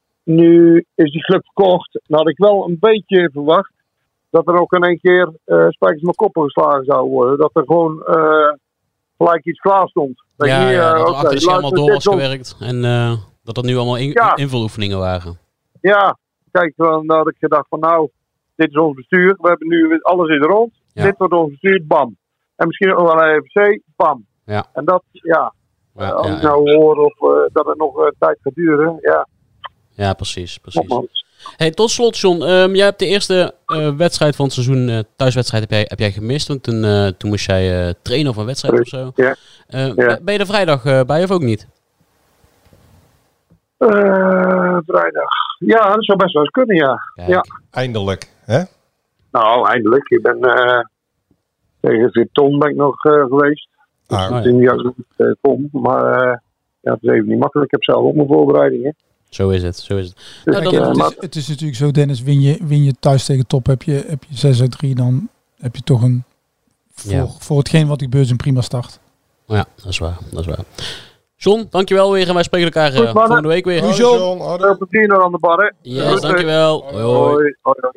S11: nu is die club verkocht. Dan had ik wel een beetje verwacht dat er ook in één keer uh, spijkers met koppen geslagen zou worden. Dat er gewoon uh, gelijk iets klaar stond. Dat
S7: ja,
S11: je, uh,
S7: ja, dat er
S11: okay,
S7: achter de scherm al door was gewerkt en uh, dat dat nu allemaal in, ja. invuloefeningen waren.
S11: Ja, kijk, dan had ik gedacht van nou. Dit is ons bestuur. We hebben nu alles in de rond. Ja. Dit wordt ons bestuur. Bam. En misschien ook wel een R B C. Bam. Ja. En dat, ja. ja als ja, ik nou ja. hoor of uh, dat het nog uh, tijd gaat duren. Ja,
S7: ja precies. precies. Hey, tot slot, John. Um, jij hebt de eerste uh, wedstrijd van het seizoen, uh, thuiswedstrijd, heb jij, heb jij gemist. Want toen, uh, toen moest jij uh, trainen of een wedstrijd of zo.
S11: Ja.
S7: Uh, ja. Ben je er vrijdag uh, bij of ook niet?
S11: Uh, vrijdag. Ja, dat zou best wel eens kunnen, ja. ja.
S5: Eindelijk, hè?
S11: Nou, eindelijk. Ik ben uh, tegen Virton ben ik nog uh, geweest.
S5: Ah,
S11: dus in die ook uh, kom. Maar uh, ja, het is even niet makkelijk. Ik heb zelf ook mijn voorbereidingen.
S7: Zo is het, zo is het.
S11: Dus
S8: Kijk,
S7: nou, dan,
S8: het,
S11: maar,
S8: is, het is natuurlijk zo, Dennis, win je, win je thuis tegen top, heb je, heb je zes uit drie, dan heb je toch een, voor,
S7: Ja.
S8: voor hetgeen wat die beurs een prima start.
S7: ja, dat is waar, dat is waar. John, dankjewel weer en wij spreken elkaar uh,
S11: Goed, mannen.
S7: volgende week weer.
S5: Hoi, John. Hoi.
S11: veel plezier nog aan de bar, hè.
S7: Yes,
S11: Goed,
S7: dankjewel. Hoi, hoi.
S11: Hoi. Hoi, hoi.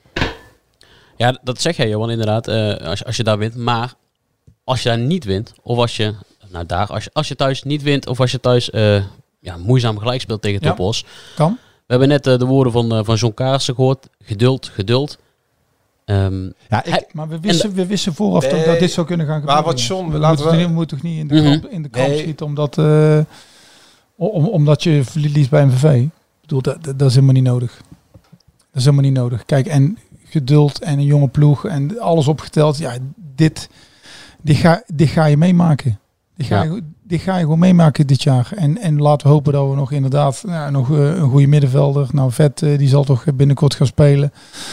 S7: Ja, dat zeg jij, Johan, inderdaad. Uh, als, je, als je daar wint. Maar als je daar niet wint, of als je, nou daar, als je, als je thuis niet wint, of als je thuis uh, ja, moeizaam gelijk speelt tegen
S8: Ja.
S7: Topos.
S8: Kan.
S7: We hebben net uh, de woorden van, uh, van John Kaarsen gehoord. Geduld, geduld. Um,
S5: Ja, ik,
S7: hij-
S8: Maar we wisten, we wisten vooraf
S5: Nee.
S8: toch dat dit zou kunnen gaan gebeuren.
S5: Maar wat John,
S8: we
S5: laten
S8: moeten,
S5: we-
S8: we moeten toch niet in de
S7: Mhm.
S8: kamp, in de kamp
S5: Nee.
S8: schieten omdat, uh, om, omdat je verliest bij M V V. Ik bedoel, dat, dat, dat is helemaal niet nodig. Dat is helemaal niet nodig. Kijk, en geduld en een jonge ploeg en alles opgeteld. Ja, dit, dit, ga, dit ga je meemaken. Dit ga,
S7: Ja.
S8: je, dit ga je gewoon meemaken dit jaar. En, en laten we hopen dat we nog inderdaad nou, nog uh, een goede middenvelder. Nou, Vet, uh, die zal toch binnenkort gaan spelen.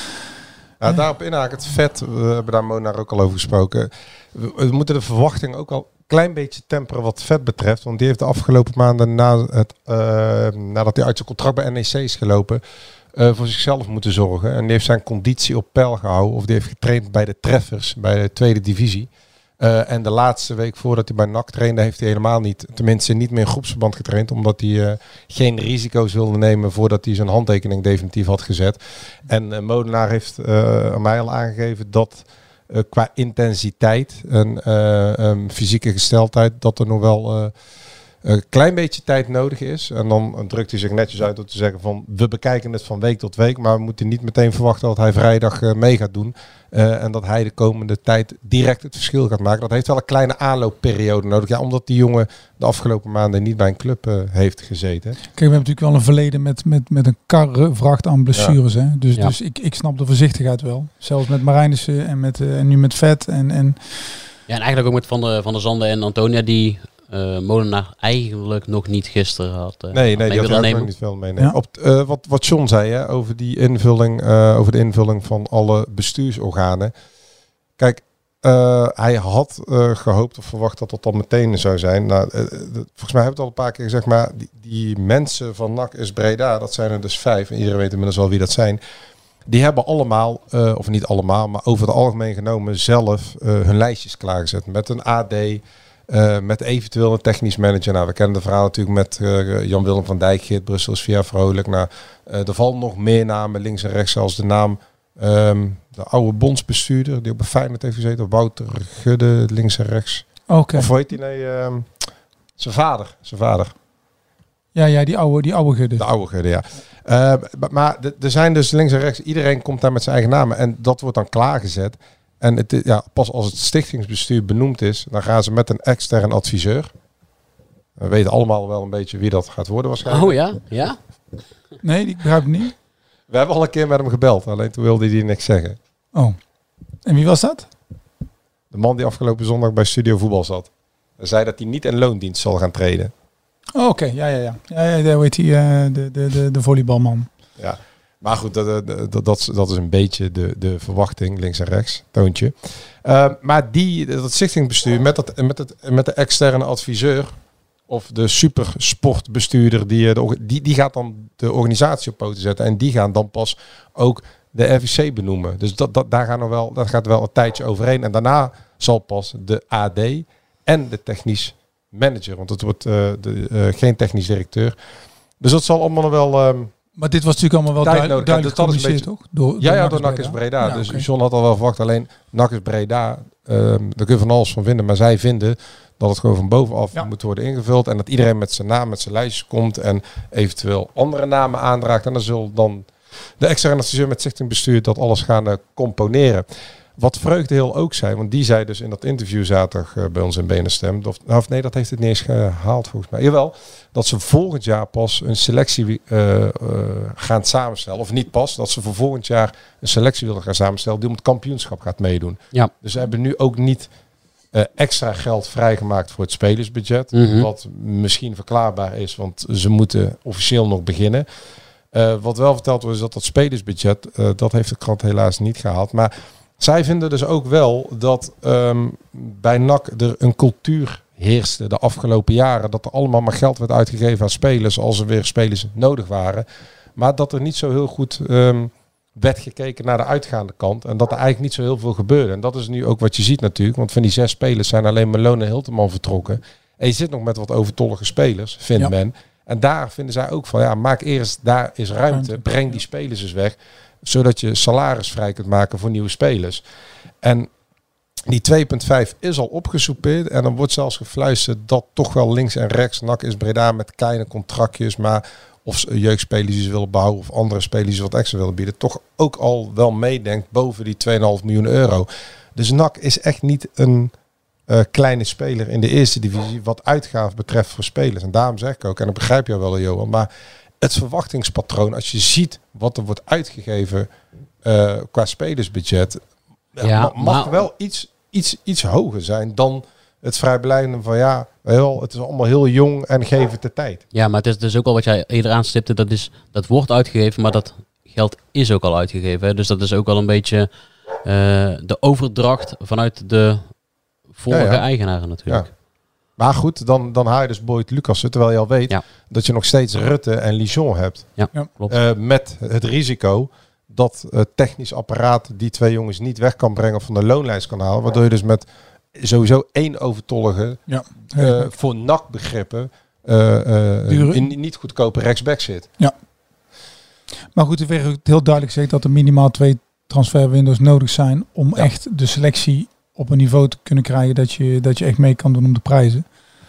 S5: Nou, daarop inhaken, het vet, we hebben daar Mona ook al over gesproken. We, we moeten de verwachting ook al een klein beetje temperen wat vet betreft. Want die heeft de afgelopen maanden, na het, uh, nadat hij uit zijn contract bij N E C is gelopen, uh, voor zichzelf moeten zorgen. En die heeft zijn conditie op peil gehouden. Of die heeft getraind bij de treffers, bij de tweede divisie. Uh, en de laatste week voordat hij bij N A C trainde, heeft hij helemaal niet, tenminste niet meer in groepsverband getraind. Omdat hij uh, geen risico's wilde nemen voordat hij zijn handtekening definitief had gezet. En uh, Molenaar heeft uh, aan mij al aangegeven dat uh, qua intensiteit en uh, um, fysieke gesteldheid, dat er nog wel uh, een klein beetje tijd nodig is. En dan uh, drukt hij zich netjes uit door te zeggen van, we bekijken het van week tot week, maar we moeten niet meteen verwachten dat hij vrijdag uh, mee gaat doen. Uh, en dat hij de komende tijd direct het verschil gaat maken. Dat heeft wel een kleine aanloopperiode nodig. Ja, omdat die jongen de afgelopen maanden niet bij een club uh, heeft gezeten.
S8: Kijk, we hebben natuurlijk wel een verleden met, met, met een karrevracht aan blessures. Hè? Dus,
S7: Ja.
S8: dus ik, ik snap de voorzichtigheid wel. Zelfs met Marijnissen en, met, uh, en nu met Vet. En, en
S7: ja, en eigenlijk ook met Van der, van der Zanden en Antonia, die uh, Molenaar eigenlijk nog niet gisteren had. Uh,
S5: Nee, nee, die had er ook
S7: nemen.
S5: nog niet veel mee. Nee.
S8: Ja.
S5: Op, uh, wat, wat John zei hè, over die invulling, uh, over de invulling van alle bestuursorganen. Kijk, uh, hij had uh, gehoopt of verwacht dat dat dan meteen zou zijn. Nou, uh, uh, volgens mij hebben we het al een paar keer gezegd, maar die, die mensen van N A C is Breda, dat zijn er dus vijf. En iedereen weet inmiddels al wie dat zijn. Die hebben allemaal, uh, of niet allemaal, maar over het algemeen genomen zelf uh, hun lijstjes klaargezet. Met een A D, uh, met eventueel een technisch manager. Nou, we kennen de verhaal natuurlijk met uh, Jan-Willem van Dijk, Geert Brussels, via Vrolijk. Nou, uh, er vallen nog meer namen links en rechts, zoals de naam um, de oude bondsbestuurder, die ook bij Feyenoord heeft gezeten. Wouter Gudde, links en rechts.
S8: Oké. Okay.
S5: Of hoe heet die? Nee, um, zijn vader. Zijn vader.
S8: Ja, ja, die oude, die oude Gudde.
S5: De oude Gudde, ja. Uh, maar er zijn dus links en rechts, iedereen komt daar met zijn eigen namen en dat wordt dan klaargezet. En het, ja, pas als het stichtingsbestuur benoemd is, dan gaan ze met een extern adviseur. We weten allemaal wel een beetje wie dat gaat worden waarschijnlijk.
S7: Oh ja? Ja?
S8: Nee, ik begrijp het niet.
S5: We hebben al een keer met hem gebeld, alleen toen wilde hij niks zeggen.
S8: Oh. En wie was dat?
S5: De man die afgelopen zondag bij Studio Voetbal zat. Hij zei dat hij niet in loondienst zal gaan treden.
S8: Oh, oké, okay. ja, ja, ja. Ja, ja, hoe heet die, uh, de, de, de, de volleybalman.
S5: Ja, maar goed, dat, dat, dat, dat is een beetje de, de verwachting, links en rechts, Toontje. Uh, maar die, dat stichtingsbestuur met, dat, met, het, met de externe adviseur of de supersportbestuurder, die, de, die, die gaat dan de organisatie op poten zetten. En die gaan dan pas ook de R V C benoemen. Dus dat, dat, daar gaan we wel, dat gaat wel een tijdje overheen. En daarna zal pas de A D en de technisch manager, want het wordt uh, de, uh, geen technisch directeur. Dus dat zal allemaal nog wel... Um,
S8: maar dit was natuurlijk allemaal wel duidelijk, duidelijk
S5: dus gecommuniceerd,
S8: toch? Door,
S5: ja,
S8: door
S5: ja, door N A C is Breda.
S8: Ja,
S5: dus
S8: okay.
S5: John had al wel verwacht, alleen N A C is Breda, um, daar kun je van alles van vinden. Maar zij vinden dat het gewoon van bovenaf ja. moet worden ingevuld. En dat iedereen met zijn naam, met zijn lijstjes komt en eventueel andere namen aandraagt. En dan zal dan de externe adviseur met stichtingbestuur dat alles gaan uh, componeren. Wat Vreugdeheel ook zei, want die zei dus in dat interview zaterdag uh, bij ons in Benenstem, of, of nee, dat heeft het niet eens gehaald volgens mij. Jawel, dat ze volgend jaar pas een selectie uh, uh, gaan samenstellen. Of niet pas, dat ze voor volgend jaar een selectie willen gaan samenstellen die om het kampioenschap gaat meedoen.
S7: Ja.
S5: Dus ze hebben nu ook niet uh, extra geld vrijgemaakt voor het spelersbudget. Mm-hmm. Wat misschien verklaarbaar is, want ze moeten officieel nog beginnen. Uh, wat wel verteld wordt is dat dat spelersbudget, uh, dat heeft de krant helaas niet gehaald. Maar zij vinden dus ook wel dat um, bij N A C er een cultuur heerste de afgelopen jaren. Dat er allemaal maar geld werd uitgegeven aan spelers als er weer spelers nodig waren. Maar dat er niet zo heel goed um, werd gekeken naar de uitgaande kant. En dat er eigenlijk niet zo heel veel gebeurde. En dat is nu ook wat je ziet natuurlijk. Want van die zes spelers zijn alleen Malone en Hilterman vertrokken. En je zit nog met wat overtollige spelers, vindt ja. men. En daar vinden zij ook van, ja, maak eerst, daar is ruimte. Breng die spelers eens weg. Zodat je salaris vrij kunt maken voor nieuwe spelers. En die twee komma vijf is al opgesoupeerd. En dan wordt zelfs gefluisterd dat toch wel links en rechts N A C is Breda met kleine contractjes. Maar of jeugdspelers die ze willen bouwen of andere spelers die ze wat extra willen bieden. Toch ook al wel meedenkt boven die twee komma vijf miljoen euro. Dus N A C is echt niet een uh, kleine speler in de eerste divisie wat uitgaven betreft voor spelers. En daarom zeg ik ook, en dat begrijp je wel Johan, maar het verwachtingspatroon, als je ziet wat er wordt uitgegeven uh, qua spelersbudget, ja, mag maar wel iets, iets, iets hoger zijn dan het vrijblijvende van ja, wel, het is allemaal heel jong en geef het de tijd.
S7: Ja, maar het is dus ook al wat jij eerder aanstipte, dat, is, dat wordt uitgegeven, maar dat geld is ook al uitgegeven. Hè? Dus dat is ook al een beetje uh, de overdracht vanuit de vorige ja, ja. eigenaren natuurlijk. Ja.
S5: Maar goed, dan, dan haal je dus Boyd Lucassen, terwijl je al weet ja. dat je nog steeds Rutte en Lijon hebt.
S7: Ja, ja. Klopt.
S5: Uh, met het risico dat het uh, technisch apparaat die twee jongens niet weg kan brengen van de loonlijst kan halen. Waardoor je dus met sowieso één overtollige ja. uh, voor N A C-begrippen uh, uh, in niet goedkope rechtsback zit.
S8: Ja. Maar goed, er werd heel duidelijk gezegd dat er minimaal twee transferwindows nodig zijn om ja. echt de selectie op een niveau te kunnen krijgen dat je, dat je echt mee kan doen om de prijzen.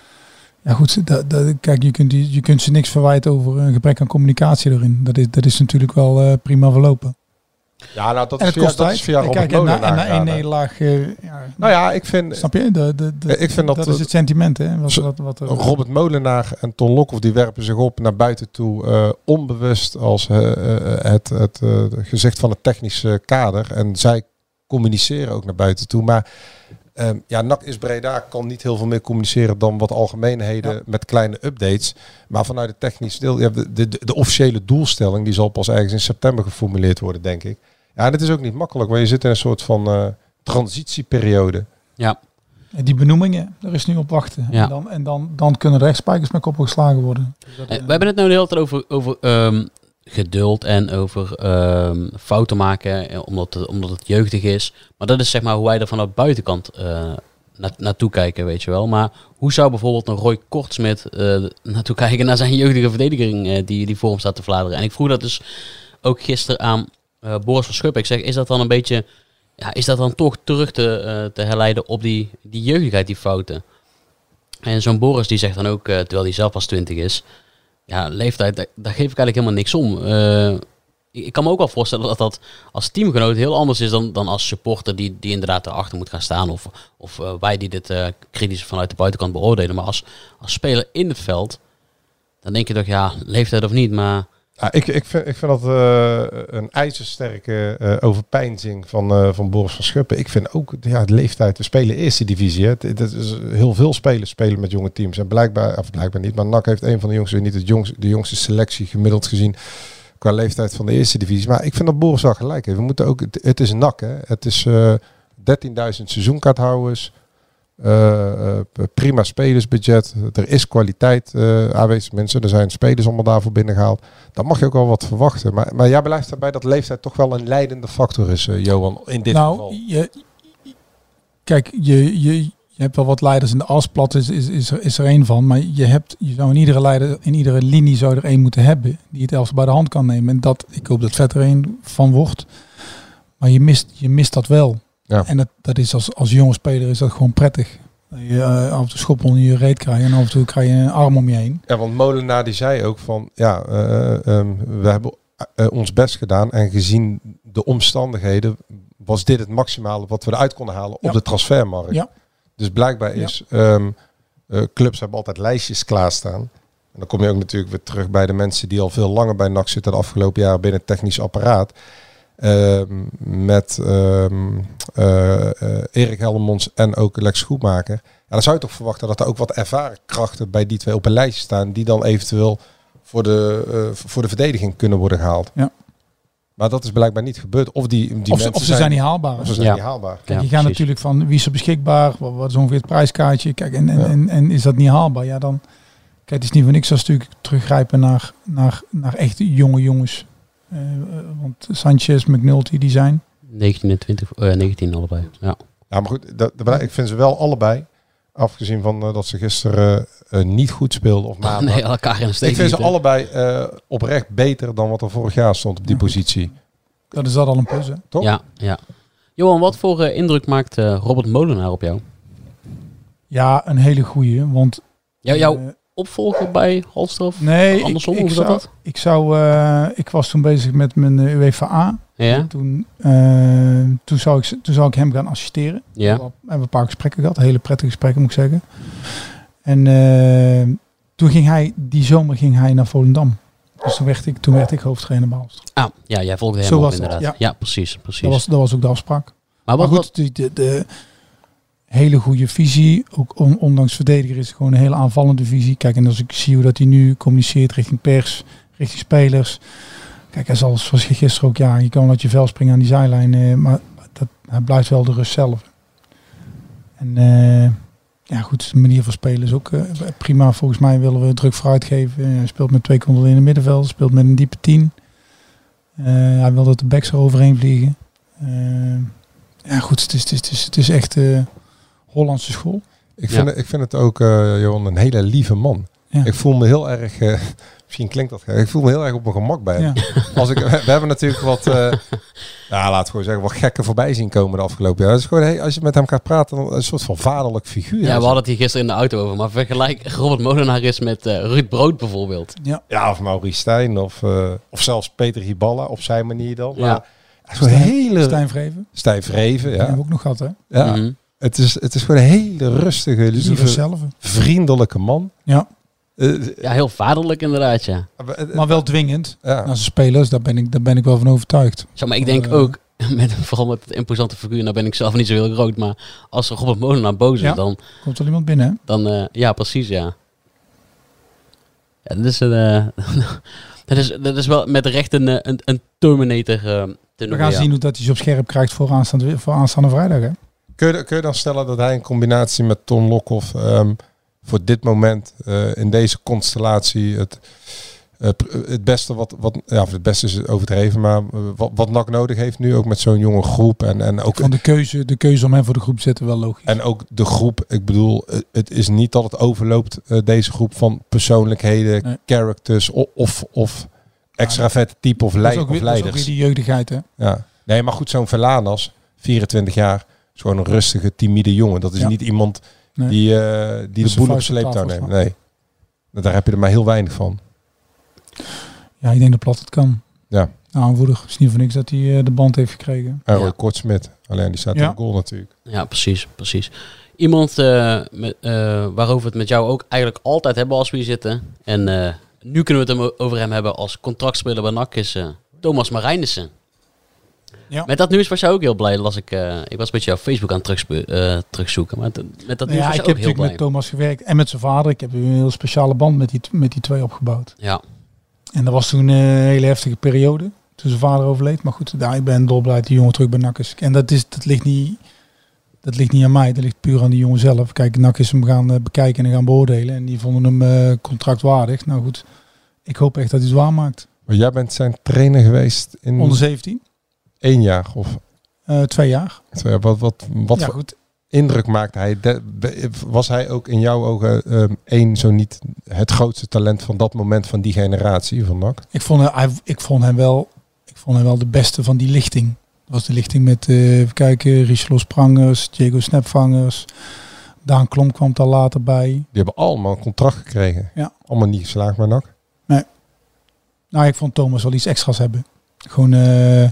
S8: Ja goed, dat, dat, kijk, je kunt, je kunt ze niks verwijten over een gebrek aan communicatie erin. Dat is, dat is natuurlijk wel uh, prima verlopen.
S5: Ja, nou, dat is via, dat is via Robert
S8: Kijk, Molenaar. En na, na één nederlaag... Uh, ja,
S5: nou ja, ik vind...
S8: Snap je? De, de, de,
S5: ik vind dat,
S8: dat is het sentiment, hè? Wat, wat, wat er,
S5: Robert Molenaar en Ton Lokhoff, die werpen zich op naar buiten toe uh, onbewust als uh, uh, het, het uh, gezicht van het technische kader. En zij communiceren ook naar buiten toe. Maar um, ja, N A C is Breda kan niet heel veel meer communiceren dan wat algemeenheden ja. met kleine updates. Maar vanuit het technische deel, ja, de, de, de officiële doelstelling, die zal pas ergens in september geformuleerd worden, denk ik. Ja, dat is ook niet makkelijk, want je zit in een soort van uh, transitieperiode.
S7: Ja.
S8: En die benoemingen, daar is nu op wachten. Ja. En, dan, en dan, dan kunnen er echt spijkers met kop geslagen worden.
S7: Dat, uh, we hebben het nou de hele tijd over, over um, geduld en over um, fouten maken, omdat het, omdat het jeugdig is. Maar dat is zeg maar hoe wij er vanaf buitenkant uh, na, naartoe kijken, weet je wel. Maar hoe zou bijvoorbeeld een Roy Kortsmit uh, naartoe kijken naar zijn jeugdige verdediging uh, die, die voor hem staat te fladeren? En ik vroeg dat dus ook gisteren aan Uh, Boris van Schuppen. Ik zeg, is dat dan een beetje, ja, is dat dan toch terug te, uh, te herleiden op die, die jeugdigheid, die fouten? En zo'n Boris die zegt dan ook, uh, terwijl hij zelf pas twintig is, ja, leeftijd, daar, daar geef ik eigenlijk helemaal niks om. Uh, ik, ik kan me ook wel voorstellen dat dat als teamgenoot heel anders is dan, dan als supporter die, die inderdaad erachter moet gaan staan. Of, of uh, wij die dit uh, kritisch vanuit de buitenkant beoordelen. Maar als, als speler in het veld, dan denk je toch, ja, leeftijd of niet, maar...
S5: Ja, ik, ik, vind, ik vind dat uh, een ijzersterke uh, overpeinzing van, uh, van Boris van Schuppen. Ik vind ook ja, de leeftijd, we spelen eerste divisie. Hè. Het, het is, heel veel spelers spelen met jonge teams. En blijkbaar, of blijkbaar niet, maar N A C heeft een van de jongste, niet het jongste, de jongste selectie gemiddeld gezien qua leeftijd van de eerste divisie. Maar ik vind dat Boris wel gelijk heeft. We moeten ook, het, het is N A C, hè. Het is uh, dertienduizend seizoenkaarthouders. Uh, uh, prima spelersbudget. Er is kwaliteit uh, aanwezig. Mensen, er zijn spelers allemaal daarvoor binnengehaald. Dan mag je ook wel wat verwachten. Maar, maar jij blijft daarbij dat leeftijd toch wel een leidende factor is, uh, Johan, in dit
S8: nou,
S5: geval.
S8: Je, kijk, je, je, je hebt wel wat leiders in de Asplat, is, is, is, er, is er één van. Maar je hebt, je zou in iedere leider, in iedere linie zou er één moeten hebben die het elfs bij de hand kan nemen. En dat, ik hoop dat Vet er één van wordt. Maar je mist, je mist dat wel. Ja. En dat, dat is als, als jonge speler is dat gewoon prettig. Je uh, af en toe schoppel in je reet krijgt en af en toe krijg je een arm om je heen.
S5: Ja, want Molenaar die zei ook van, ja, uh, um, we hebben uh, ons best gedaan en gezien de omstandigheden was dit het maximale wat we eruit konden halen ja. op de transfermarkt. Ja. Dus blijkbaar is, ja. um, uh, clubs hebben altijd lijstjes klaarstaan. En dan kom je ook natuurlijk weer terug bij de mensen die al veel langer bij N A C zitten de afgelopen jaren binnen het technisch apparaat. Uh, met um, uh, uh, Erik Hellemons en ook Lex Schoenmaker. Ja, dan zou je toch verwachten dat er ook wat ervaren krachten bij die twee op een lijstje staan die dan eventueel voor de, uh, voor de verdediging kunnen worden gehaald.
S8: Ja.
S5: Maar dat is blijkbaar niet gebeurd. Of, die, die
S8: of,
S5: mensen
S8: ze, of ze zijn, zijn niet haalbaar.
S5: Of ze zijn
S7: ja.
S5: niet haalbaar.
S8: Kijk,
S7: ja,
S8: je gaat natuurlijk van wie is er beschikbaar, wat, wat is ongeveer het prijskaartje. Kijk, en, en, ja. en, en is dat niet haalbaar? Ja, dan. Kijk, het is niet voor niks als natuurlijk teruggrijpen naar, naar, naar echt jonge jongens. Uh, want Sanchez, McNulty, die zijn.
S7: negentien en twintig, uh, negentien allebei. Ja.
S5: Ja, maar goed, dat, dat, ik vind ze wel allebei. Afgezien van uh, dat ze gisteren uh, niet goed speelden of maandag.
S7: Nee, elkaar in de steek.
S5: Ik vind ze
S7: lieten.
S5: allebei uh, oprecht beter dan wat er vorig jaar stond op die ja, positie.
S8: Dat is dat al een plus, hè?
S5: Toch?
S7: Ja, ja. Johan, wat voor uh, indruk maakt uh, Robert Molenaar op jou?
S8: Ja, een hele goeie, want...
S7: Jou, jouw uh, opvolger bij Halstorf?
S8: Nee,
S7: andersom,
S8: ik,
S7: hoe
S8: ik,
S7: dat
S8: zou,
S7: dat?
S8: ik zou... Uh, ik was toen bezig met mijn uh, UEFA.
S7: Ja.
S8: Toen, uh, toen, zou ik, toen zou ik hem gaan assisteren.
S7: Ja.
S8: We hebben een paar gesprekken gehad, hele prettige gesprekken moet ik zeggen. En uh, toen ging hij, die zomer ging hij naar Volendam. Dus toen werd ik, toen werd ik hoofdtrainer bij Halstorf.
S7: Ah, ja, jij volgde hem
S8: Zo
S7: op
S8: was
S7: inderdaad.
S8: Het,
S7: ja.
S8: ja,
S7: precies, precies.
S8: Dat was, dat was ook de afspraak.
S7: Maar, wat,
S8: maar goed, de, de, de hele goede visie, ook on, ondanks verdediger is het gewoon een hele aanvallende visie. Kijk, en als ik zie hoe dat hij nu communiceert richting pers, richting spelers. Kijk, hij zal zoals je gisteren ook, ja, je kan uit je vel springen aan die zijlijn, uh, maar dat, hij blijft wel de rust zelf. En uh, ja, goed, de manier van spelen is ook uh, prima. Volgens mij willen we druk vooruit geven. Uh, hij speelt met twee konden in het middenveld, speelt met een diepe tien. Uh, hij wil dat de backs er overheen vliegen. Uh, ja, goed, het is, het is, het is, het is echt uh, Hollandse school.
S5: Ik vind, ja. het, ik vind het ook, uh, Johan, een hele lieve man. Ja. Ik voel me heel erg, uh, misschien klinkt dat gek, ik voel me heel erg op mijn gemak bij hem. Ja. Als ik, we, we hebben natuurlijk wat, uh, nou, laat gewoon zeggen, wat gekken voorbij zien komen de afgelopen jaar. Het is gewoon, hey, als je met hem gaat praten, een soort van vaderlijk figuur.
S7: Ja, we hadden het hier gisteren in de auto over, maar vergelijk Robert Molenaar eens met uh, Ruud Brood bijvoorbeeld.
S8: Ja,
S5: ja of Maurice Stijn, of, uh, of zelfs Peter Hiballa, op zijn manier dan.
S7: Ja.
S5: Maar, Stijn, hele...
S8: Stijn Vreven.
S5: Stijn Vreven, ja.
S8: Die hebben we ook nog gehad, hè?
S5: Ja. Mm-hmm. Het is, het is gewoon een hele rustige, lieve, vriendelijke man.
S8: Ja.
S5: Uh,
S7: ja, heel vaderlijk inderdaad, ja.
S8: Maar wel dwingend.
S5: Ja.
S8: Naar zijn spelers, daar ben ik, daar ben ik wel van overtuigd.
S7: Zo, maar ik denk uh, ook, met, vooral met het imposante figuur, nou ben ik zelf niet zo heel groot, maar als Robert Molenaar boos is, ja, dan...
S8: Komt er iemand binnen, hè?
S7: Dan, uh, ja, precies, ja. Ja, dat is, uh, dat is, dat is wel met recht een, een, een Terminator uh, te
S8: We
S7: noemen,
S8: gaan
S7: ja.
S8: zien hoe dat hij ze op scherp krijgt voor aanstaande, voor aanstaande vrijdag, hè?
S5: Kun je, kun je dan stellen dat hij in combinatie met Ton Lokhoff um, voor dit moment uh, in deze constellatie het, uh, het beste wat, wat ja, het beste is overdreven, maar uh, wat, wat N A C nodig heeft nu ook met zo'n jonge groep en en ook
S8: van de keuze, de keuze om hem voor de groep te zetten wel logisch.
S5: En ook de groep, ik bedoel, het is niet dat het overloopt uh, deze groep van persoonlijkheden, nee. characters of of, of extra vette type of, lei- of leiders. Dat is ook
S8: weer die jeugdigheid, hè?
S5: Ja, nee, maar goed, zo'n Verlanas, vierentwintig jaar. Is gewoon een rustige, timide jongen. Dat is ja. niet iemand nee. die, uh, die de boel op sleeptouw neemt. Nee. Daar heb je er maar heel weinig van.
S8: Ja, ik denk dat Plat het kan.
S5: Ja.
S8: Nou, aanvoerder. Het is niet voor niks dat hij uh, de band heeft gekregen.
S5: En Roy ja. Kortsmit. Alleen die staat ja. in de goal natuurlijk.
S7: Ja, precies. precies. Iemand uh, met, uh, waarover we het met jou ook eigenlijk altijd hebben als we hier zitten. En uh, nu kunnen we het hem over hem hebben als contractspeler bij N A C is uh, Thomas Marijnissen. Ja. Met dat nieuws was jij ook heel blij. Las ik, uh, ik was een beetje jouw Facebook aan het terugspe- uh, terugzoeken. Maar t- met dat nieuws
S8: ja,
S7: was je
S8: ik
S7: ook
S8: heb
S7: heel
S8: natuurlijk
S7: blij.
S8: met Thomas gewerkt en met zijn vader. Ik heb een heel speciale band met die, t- met die twee opgebouwd.
S7: Ja.
S8: En dat was toen een hele heftige periode. Toen zijn vader overleed. Maar goed, daar, ik ben dolblij dat die jongen terug bij N A C is. En dat, is, dat, ligt niet, dat ligt niet aan mij. Dat ligt puur aan die jongen zelf. Kijk, N A C is hem gaan uh, bekijken en gaan beoordelen. En die vonden hem uh, contractwaardig. Nou goed, ik hoop echt dat hij het waarmaakt.
S5: Maar jij bent zijn trainer geweest in...
S8: onder zeventien.
S5: Eén jaar of...
S8: Uh, twee jaar.
S5: Twee, wat wat, wat
S8: ja,
S5: voor
S8: goed.
S5: indruk maakte hij? De, was hij ook in jouw ogen um, één, zo niet het grootste talent van dat moment van die generatie van N A C?
S8: Ik vond, hij, ik vond hem wel, ik vond hem wel de beste van die lichting. Dat was de lichting met, uh, even kijken, Richelo Sprangers, Diego Snapvangers. Daan Klomp kwam daar later bij. Die
S5: hebben allemaal een contract gekregen.
S8: Ja.
S5: Allemaal niet geslaagd bij N A C?
S8: Nee. Nou, ik vond Thomas wel iets extra's hebben. Gewoon... Uh,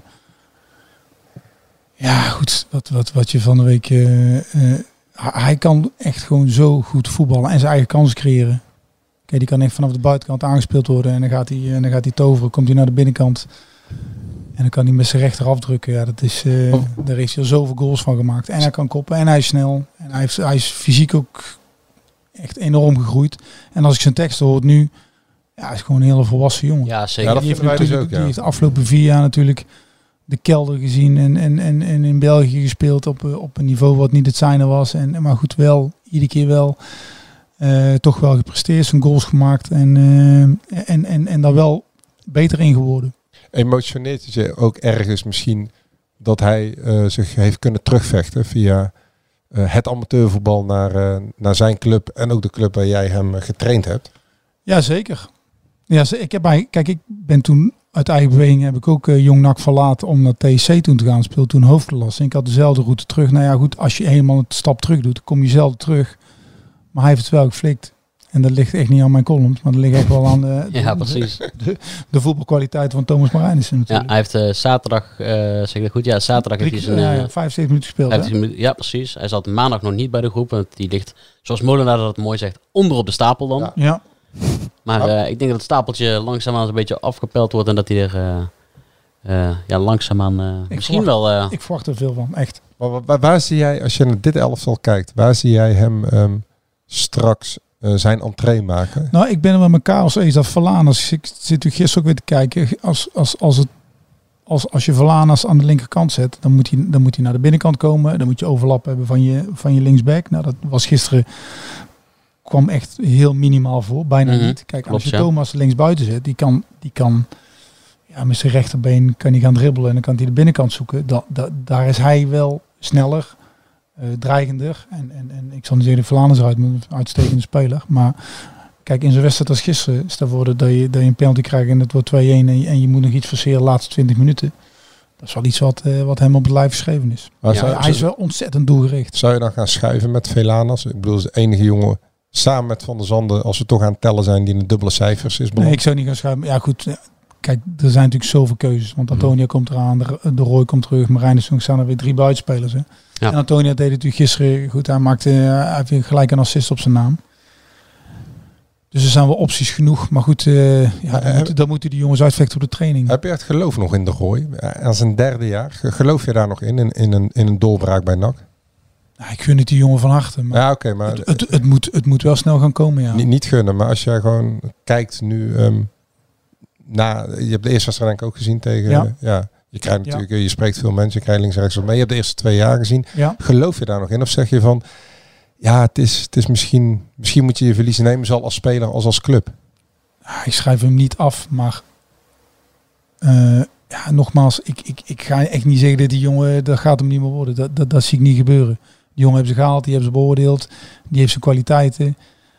S8: Ja, goed. Wat, wat, wat je van de week... Uh, uh, hij kan echt gewoon zo goed voetballen en zijn eigen kansen creëren. Kijk, die kan echt vanaf de buitenkant aangespeeld worden. En dan gaat hij, en dan gaat hij toveren. Komt hij naar de binnenkant. En dan kan hij met zijn rechter afdrukken. Ja, dat is, uh, oh. Daar heeft hij al zoveel goals van gemaakt. En hij kan koppen. En hij is snel. En hij, heeft, hij is fysiek ook echt enorm gegroeid. En als ik zijn teksten hoor nu... Ja, hij is gewoon een hele volwassen jongen.
S7: Ja, zeker.
S5: Ja, dat
S8: die heeft,
S5: vinden wij dus
S8: natuurlijk-
S5: ook,
S8: die
S5: ja.
S8: heeft de afgelopen vier jaar natuurlijk de kelder gezien en, en, en, en in België gespeeld op, eh, op een niveau wat niet het zijne was. En, maar goed, wel, iedere keer wel uh, toch wel gepresteerd, zijn goals gemaakt en, uh, en, en, en daar wel beter in geworden.
S5: Emotioneert het je ook ergens misschien dat hij uh, zich heeft kunnen terugvechten via uh, het amateurvoetbal naar, uh, naar zijn club en ook de club waar jij hem uh, getraind hebt?
S8: Ja, zeker. Ja, ik heb bij, kijk, ik ben toen uit eigen beweging heb ik ook uh, Jong N A C verlaten om naar T S C toen te gaan spelen, toen hoofdklasse. En ik had dezelfde route terug. Nou ja, goed, als je helemaal een stap terug doet, dan kom je zelf terug. Maar hij heeft het wel geflikt. En dat ligt echt niet aan mijn columns, maar dat ligt echt wel aan de, de,
S7: Ja, precies.
S8: de, de, de voetbalkwaliteit van Thomas Marijnissen
S7: Ja,
S8: natuurlijk.
S7: hij heeft uh, zaterdag, uh, zeg ik dat goed? Ja, zaterdag heeft hij zijn... Uh,
S8: ja, ja, vijfenzeventig minuten gespeeld.
S7: vijftig minuten, ja, precies. Hij zat maandag nog niet bij de groep, want die ligt, zoals Molenaar dat mooi zegt, onder op de stapel dan.
S5: Ja.
S8: Ja.
S7: Maar uh, ik denk dat het stapeltje langzaamaan een beetje afgepeld wordt en dat hij er uh, uh, ja, langzaamaan uh, misschien
S8: verwacht,
S7: wel... Uh,
S8: ik verwacht er veel van, echt.
S5: Maar waar, waar zie jij, als je naar dit elftal kijkt, waar zie jij hem um, straks uh, zijn entree maken?
S8: Nou, ik ben er met elkaar als eens dat Verlanas. Ik zit u gisteren ook weer te kijken. Als, als, als, het, als, als je Verlanas aan de linkerkant zet, dan moet, hij, dan moet hij naar de binnenkant komen. Dan moet je overlap hebben van je, van je linksback. Nou, dat was gisteren... kwam echt heel minimaal voor, bijna
S7: mm-hmm.
S8: niet. Kijk,
S7: Klopt,
S8: als je
S7: ja.
S8: Thomas links buiten zet, die kan, die kan ja, met zijn rechterbeen kan hij gaan dribbelen en dan kan hij de binnenkant zoeken. Da, da, daar is hij wel sneller, uh, dreigender. En, en, en ik zal niet zeggen, de Vlaanderen is eruit, een uitstekende speler. Maar kijk, in zo'n wedstrijd als gisteren, stel voor dat je, dat je een penalty krijgt en het wordt twee-een en je, en je moet nog iets forceren de laatste twintig minuten. Dat is wel iets wat, uh, wat hem op het lijf geschreven is.
S5: Maar
S8: Ja,
S5: zou,
S8: hij is wel ontzettend doelgericht.
S5: Zou je dan gaan schuiven met Velanas? Ik bedoel, de enige jongen samen met Van der Zanden, als we toch aan het tellen zijn, die in de dubbele cijfers is beland.
S8: Nee, ik zou niet gaan schuiven. Ja goed, ja, kijk, er zijn natuurlijk zoveel keuzes. Want Antonia komt eraan, de, de Roy komt terug, Marijnissen, staan er weer drie buitenspelers. Hè.
S7: Ja.
S8: En Antonia deed het natuurlijk gisteren goed. Hij maakte uh, hij heeft weer gelijk een assist op zijn naam. Dus er zijn wel opties genoeg. Maar goed, uh, ja, dan,
S5: heb,
S8: moeten, dan moeten die jongens uitvechten op de training.
S5: Heb je echt geloof nog in de Roy? Aan zijn derde jaar. Geloof je daar nog in, in, in, een, in een doorbraak bij N A C?
S8: Nou, ik gun het die jongen van harte. Maar
S5: ja, oké, okay, maar
S8: het, het, het, moet, het moet wel snel gaan komen, ja.
S5: Niet, niet gunnen, maar als jij gewoon kijkt nu... Um, na, je hebt de eerste wedstrijd denk ik ook gezien tegen...
S8: Ja.
S5: ja je krijgt
S8: Ja.
S5: natuurlijk, je spreekt veel mensen, je krijgt links en rechts wat mee. Je hebt de eerste twee jaar gezien.
S8: Ja.
S5: Geloof je daar nog in? Of zeg je van... Ja, het is, het is misschien... Misschien moet je je verliezen nemen, zowel als speler als als club.
S8: Ja, ik schrijf hem niet af, maar... Uh, ja, nogmaals, ik, ik, ik ga echt niet zeggen dat die jongen... Dat gaat hem niet meer worden. Dat, dat, dat zie ik niet gebeuren. Die jongen hebben ze gehaald, die hebben ze beoordeeld. Die heeft zijn kwaliteiten.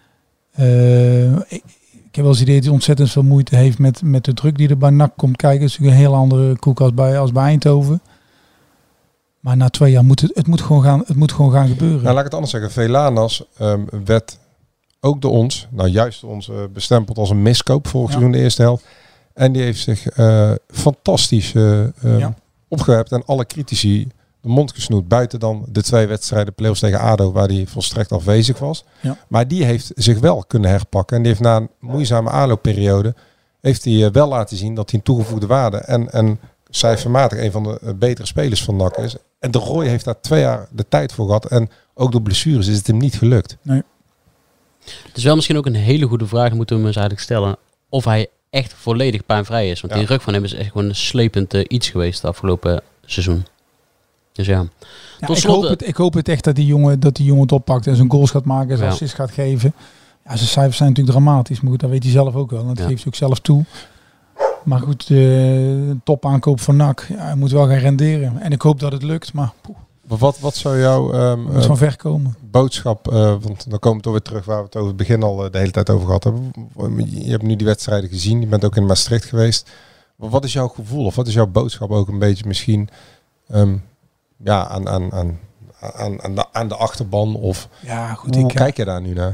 S8: Uh, ik, ik heb wel eens het idee dat hij ontzettend veel moeite heeft met, met de druk die er bij N A C komt kijken. Het is natuurlijk een heel andere koek als bij, als bij Eindhoven. Maar na twee jaar moet het, het, moet gewoon gaan, het moet gewoon gaan gebeuren.
S5: Nou, laat ik het anders zeggen. Velanas um, werd ook door ons, nou juist door ons, uh, bestempeld als een miskoop vorig
S8: Ja.
S5: seizoen de eerste helft. En die heeft zich uh, fantastisch uh, um,
S8: Ja.
S5: opgewerpt en alle critici de mond gesnoerd. Buiten dan de twee wedstrijden play-offs tegen A D O, waar hij volstrekt afwezig was.
S8: Ja.
S5: Maar die heeft zich wel kunnen herpakken. En die heeft na een moeizame aanloopperiode heeft hij uh, wel laten zien dat hij een toegevoegde waarde en, en cijfermatig een van de uh, betere spelers van N A C is. En de Roy heeft daar twee jaar de tijd voor gehad. En ook door blessures is het hem niet gelukt.
S8: Nee.
S7: Het is wel misschien ook een hele goede vraag, moeten we hem eens eigenlijk stellen. Of hij echt volledig pijnvrij is. Want
S5: Ja.
S7: die rug van hem is echt gewoon een slepend uh, iets geweest de afgelopen seizoen. Dus ja.
S8: Ja,
S7: Tot
S8: ik,
S7: slot,
S8: hoop het, ik hoop het echt dat die jongen, dat die jongen het oppakt en zijn goals gaat maken en zijn
S7: Ja.
S8: assist gaat geven. Ja, zijn cijfers zijn natuurlijk dramatisch, maar goed, dat weet hij zelf ook wel. En dat
S7: Ja.
S8: geeft hij ook zelf toe. Maar goed, de topaankoop van N A C, ja, hij moet wel gaan renderen. En ik hoop dat het lukt, maar poeh,
S5: Maar wat, wat zou jouw um,
S8: het moet
S5: uh,
S8: van ver komen.
S5: boodschap, uh, want dan komen we toch weer terug waar we het over het begin al uh, de hele tijd over gehad hebben. Je hebt nu die wedstrijden gezien, je bent ook in Maastricht geweest. Maar wat is jouw gevoel of wat is jouw boodschap ook een beetje misschien um, ja, aan, aan, aan, aan, aan, de, aan de achterban? Of
S8: Ja, goed,
S5: hoe
S8: ik,
S5: kijk je daar nu naar?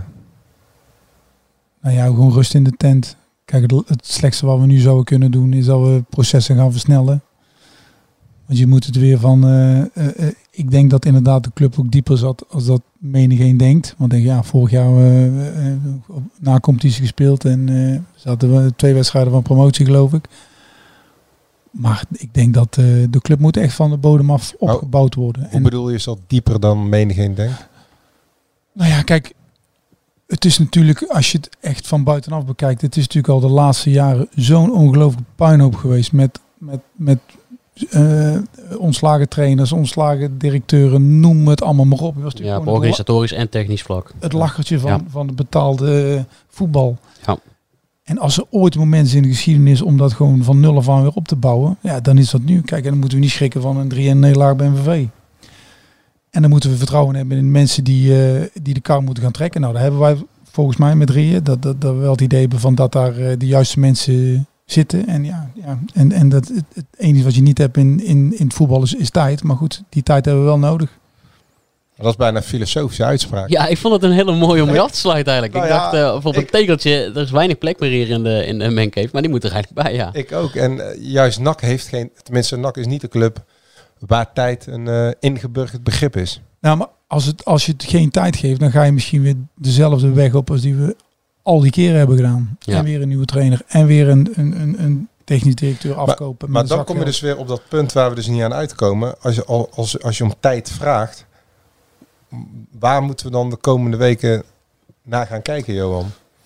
S8: Nou ja, gewoon rust in de tent. Kijk, het, het slechtste wat we nu zouden kunnen doen is dat we processen gaan versnellen. Want je moet het weer van... Uh, uh, uh, ik denk dat inderdaad de club ook dieper zat als dat menigeen denkt. Want denk, ja, vorig jaar uh, uh, na competitie gespeeld en uh, zaten we twee wedstrijden van promotie, geloof ik. Maar ik denk dat uh, de club moet echt van de bodem af opgebouwd worden.
S5: Hoe
S8: En,
S5: bedoel je, is dat dieper dan menigeen denkt?
S8: nou ja, kijk... het is natuurlijk, als je het echt van buitenaf bekijkt, het is natuurlijk al de laatste jaren zo'n ongelooflijke puinhoop geweest met, met, met uh, ontslagen trainers, ontslagen directeuren, noem het allemaal maar op. Het was
S7: ja, op organisatorisch en technisch vlak.
S8: Het lachertje van,
S7: ja.
S8: van het betaalde uh, voetbal.
S7: Ja.
S8: En als er ooit een moment is in de geschiedenis om dat gewoon van nul af aan weer op te bouwen, ja, dan is dat nu. Kijk, en dan moeten we niet schrikken van een drie een nederlaag bij M V V. En dan moeten we vertrouwen hebben in de mensen die, uh, die de kar moeten gaan trekken. Nou, daar hebben wij volgens mij met drieën. Dat, dat, dat we wel het idee hebben van dat daar uh, de juiste mensen zitten. En ja, ja en, en dat het, het enige wat je niet hebt in, in, in het voetbal is, is tijd. Maar goed, die tijd hebben we wel nodig.
S5: Dat is bijna een filosofische uitspraak.
S7: Ja, ik vond het een hele mooie om mee af te sluiten eigenlijk.
S5: Nou
S7: ik
S5: ja,
S7: dacht, uh, op
S5: ik,
S7: een tegeltje, er is weinig plek meer hier in de, in de mancave. Maar die moet er eigenlijk bij, ja.
S5: Ik ook. En uh, juist N A C heeft geen, tenminste N A C is niet de club waar tijd een uh, ingeburgerd begrip is.
S8: Nou, maar als, het, als je het geen tijd geeft, dan ga je misschien weer dezelfde weg op als die we al die keren hebben gedaan. Ja. En weer een nieuwe trainer en weer een, een, een, een technisch directeur afkopen.
S5: Maar, maar dan kom je dus weer op dat punt waar we dus niet aan uitkomen. Als je, als, als je om tijd vraagt, waar moeten we dan de komende weken naar gaan kijken, Johan?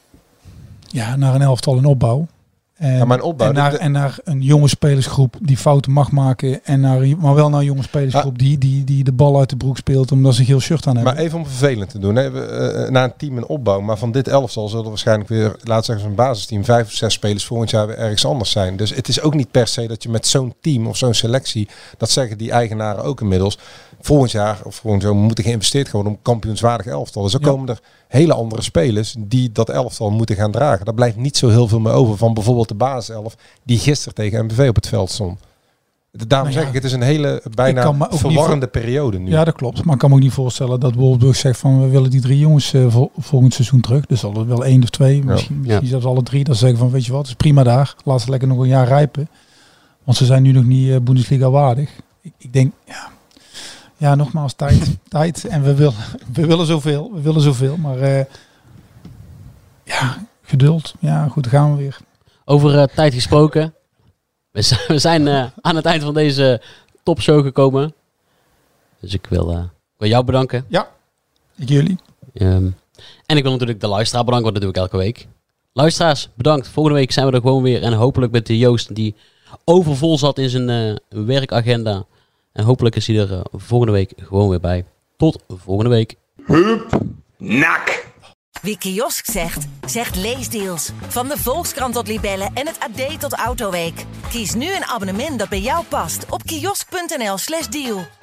S8: Ja, naar een elftal in opbouw. En, ja, maar opbouw, en, naar, de, en naar een jonge spelersgroep die fouten mag maken. En naar, maar wel naar een jonge spelersgroep ja. die, die, die de bal uit de broek speelt omdat ze een geel shirt aan hebben.
S5: Maar even om vervelend te doen. Hè. We, uh, naar een team in opbouw. Maar van dit elftal zullen waarschijnlijk weer, laat zeggen een basisteam, vijf of zes spelers volgend jaar weer ergens anders zijn. Dus het is ook niet per se dat je met zo'n team of zo'n selectie, dat zeggen die eigenaren ook inmiddels, volgend jaar of volgend jaar moeten geïnvesteerd worden om kampioenswaardig elftal. Dus dan ja. komen er hele andere spelers die dat elftal moeten gaan dragen. Daar blijft niet zo heel veel meer over van bijvoorbeeld de basiself die gisteren tegen M V V op het veld stond. Daarom ja, zeg ik, het is een hele bijna verwarrende voor... periode nu.
S8: Ja, dat klopt. Maar ik kan me ook niet voorstellen dat Wolfsburg zegt van we willen die drie jongens uh, vol, volgend seizoen terug. Dus zal het wel één of twee, ja. misschien, misschien ja. zelfs alle drie. Dat ze zeggen van weet je wat, het is prima daar. Laat ze lekker nog een jaar rijpen. Want ze zijn nu nog niet uh, Bundesliga waardig. Ik, ik denk, ja... Ja, nogmaals, tijd. tijd. En we willen, we willen zoveel. We willen zoveel. Maar uh, ja, geduld. Ja, goed, dan gaan we weer.
S7: Over uh, tijd gesproken. We zijn, we zijn uh, aan het eind van deze topshow gekomen. Dus ik wil, uh, ik wil jou bedanken.
S8: Ja, ik jullie.
S7: Um, en ik wil natuurlijk de luisteraar bedanken, want dat doe ik elke week. Luisteraars, bedankt. Volgende week zijn we er gewoon weer. En hopelijk met de Joost die overvol zat in zijn uh, werkagenda. En hopelijk is hij er uh, volgende week gewoon weer bij. Tot volgende week.
S1: Hup, nak. Wie kiosk zegt, zegt leesdeals. Van de Volkskrant tot Libellen en het A D tot Autoweek. Kies nu een abonnement dat bij jou past op kiosk punt n l slash deal.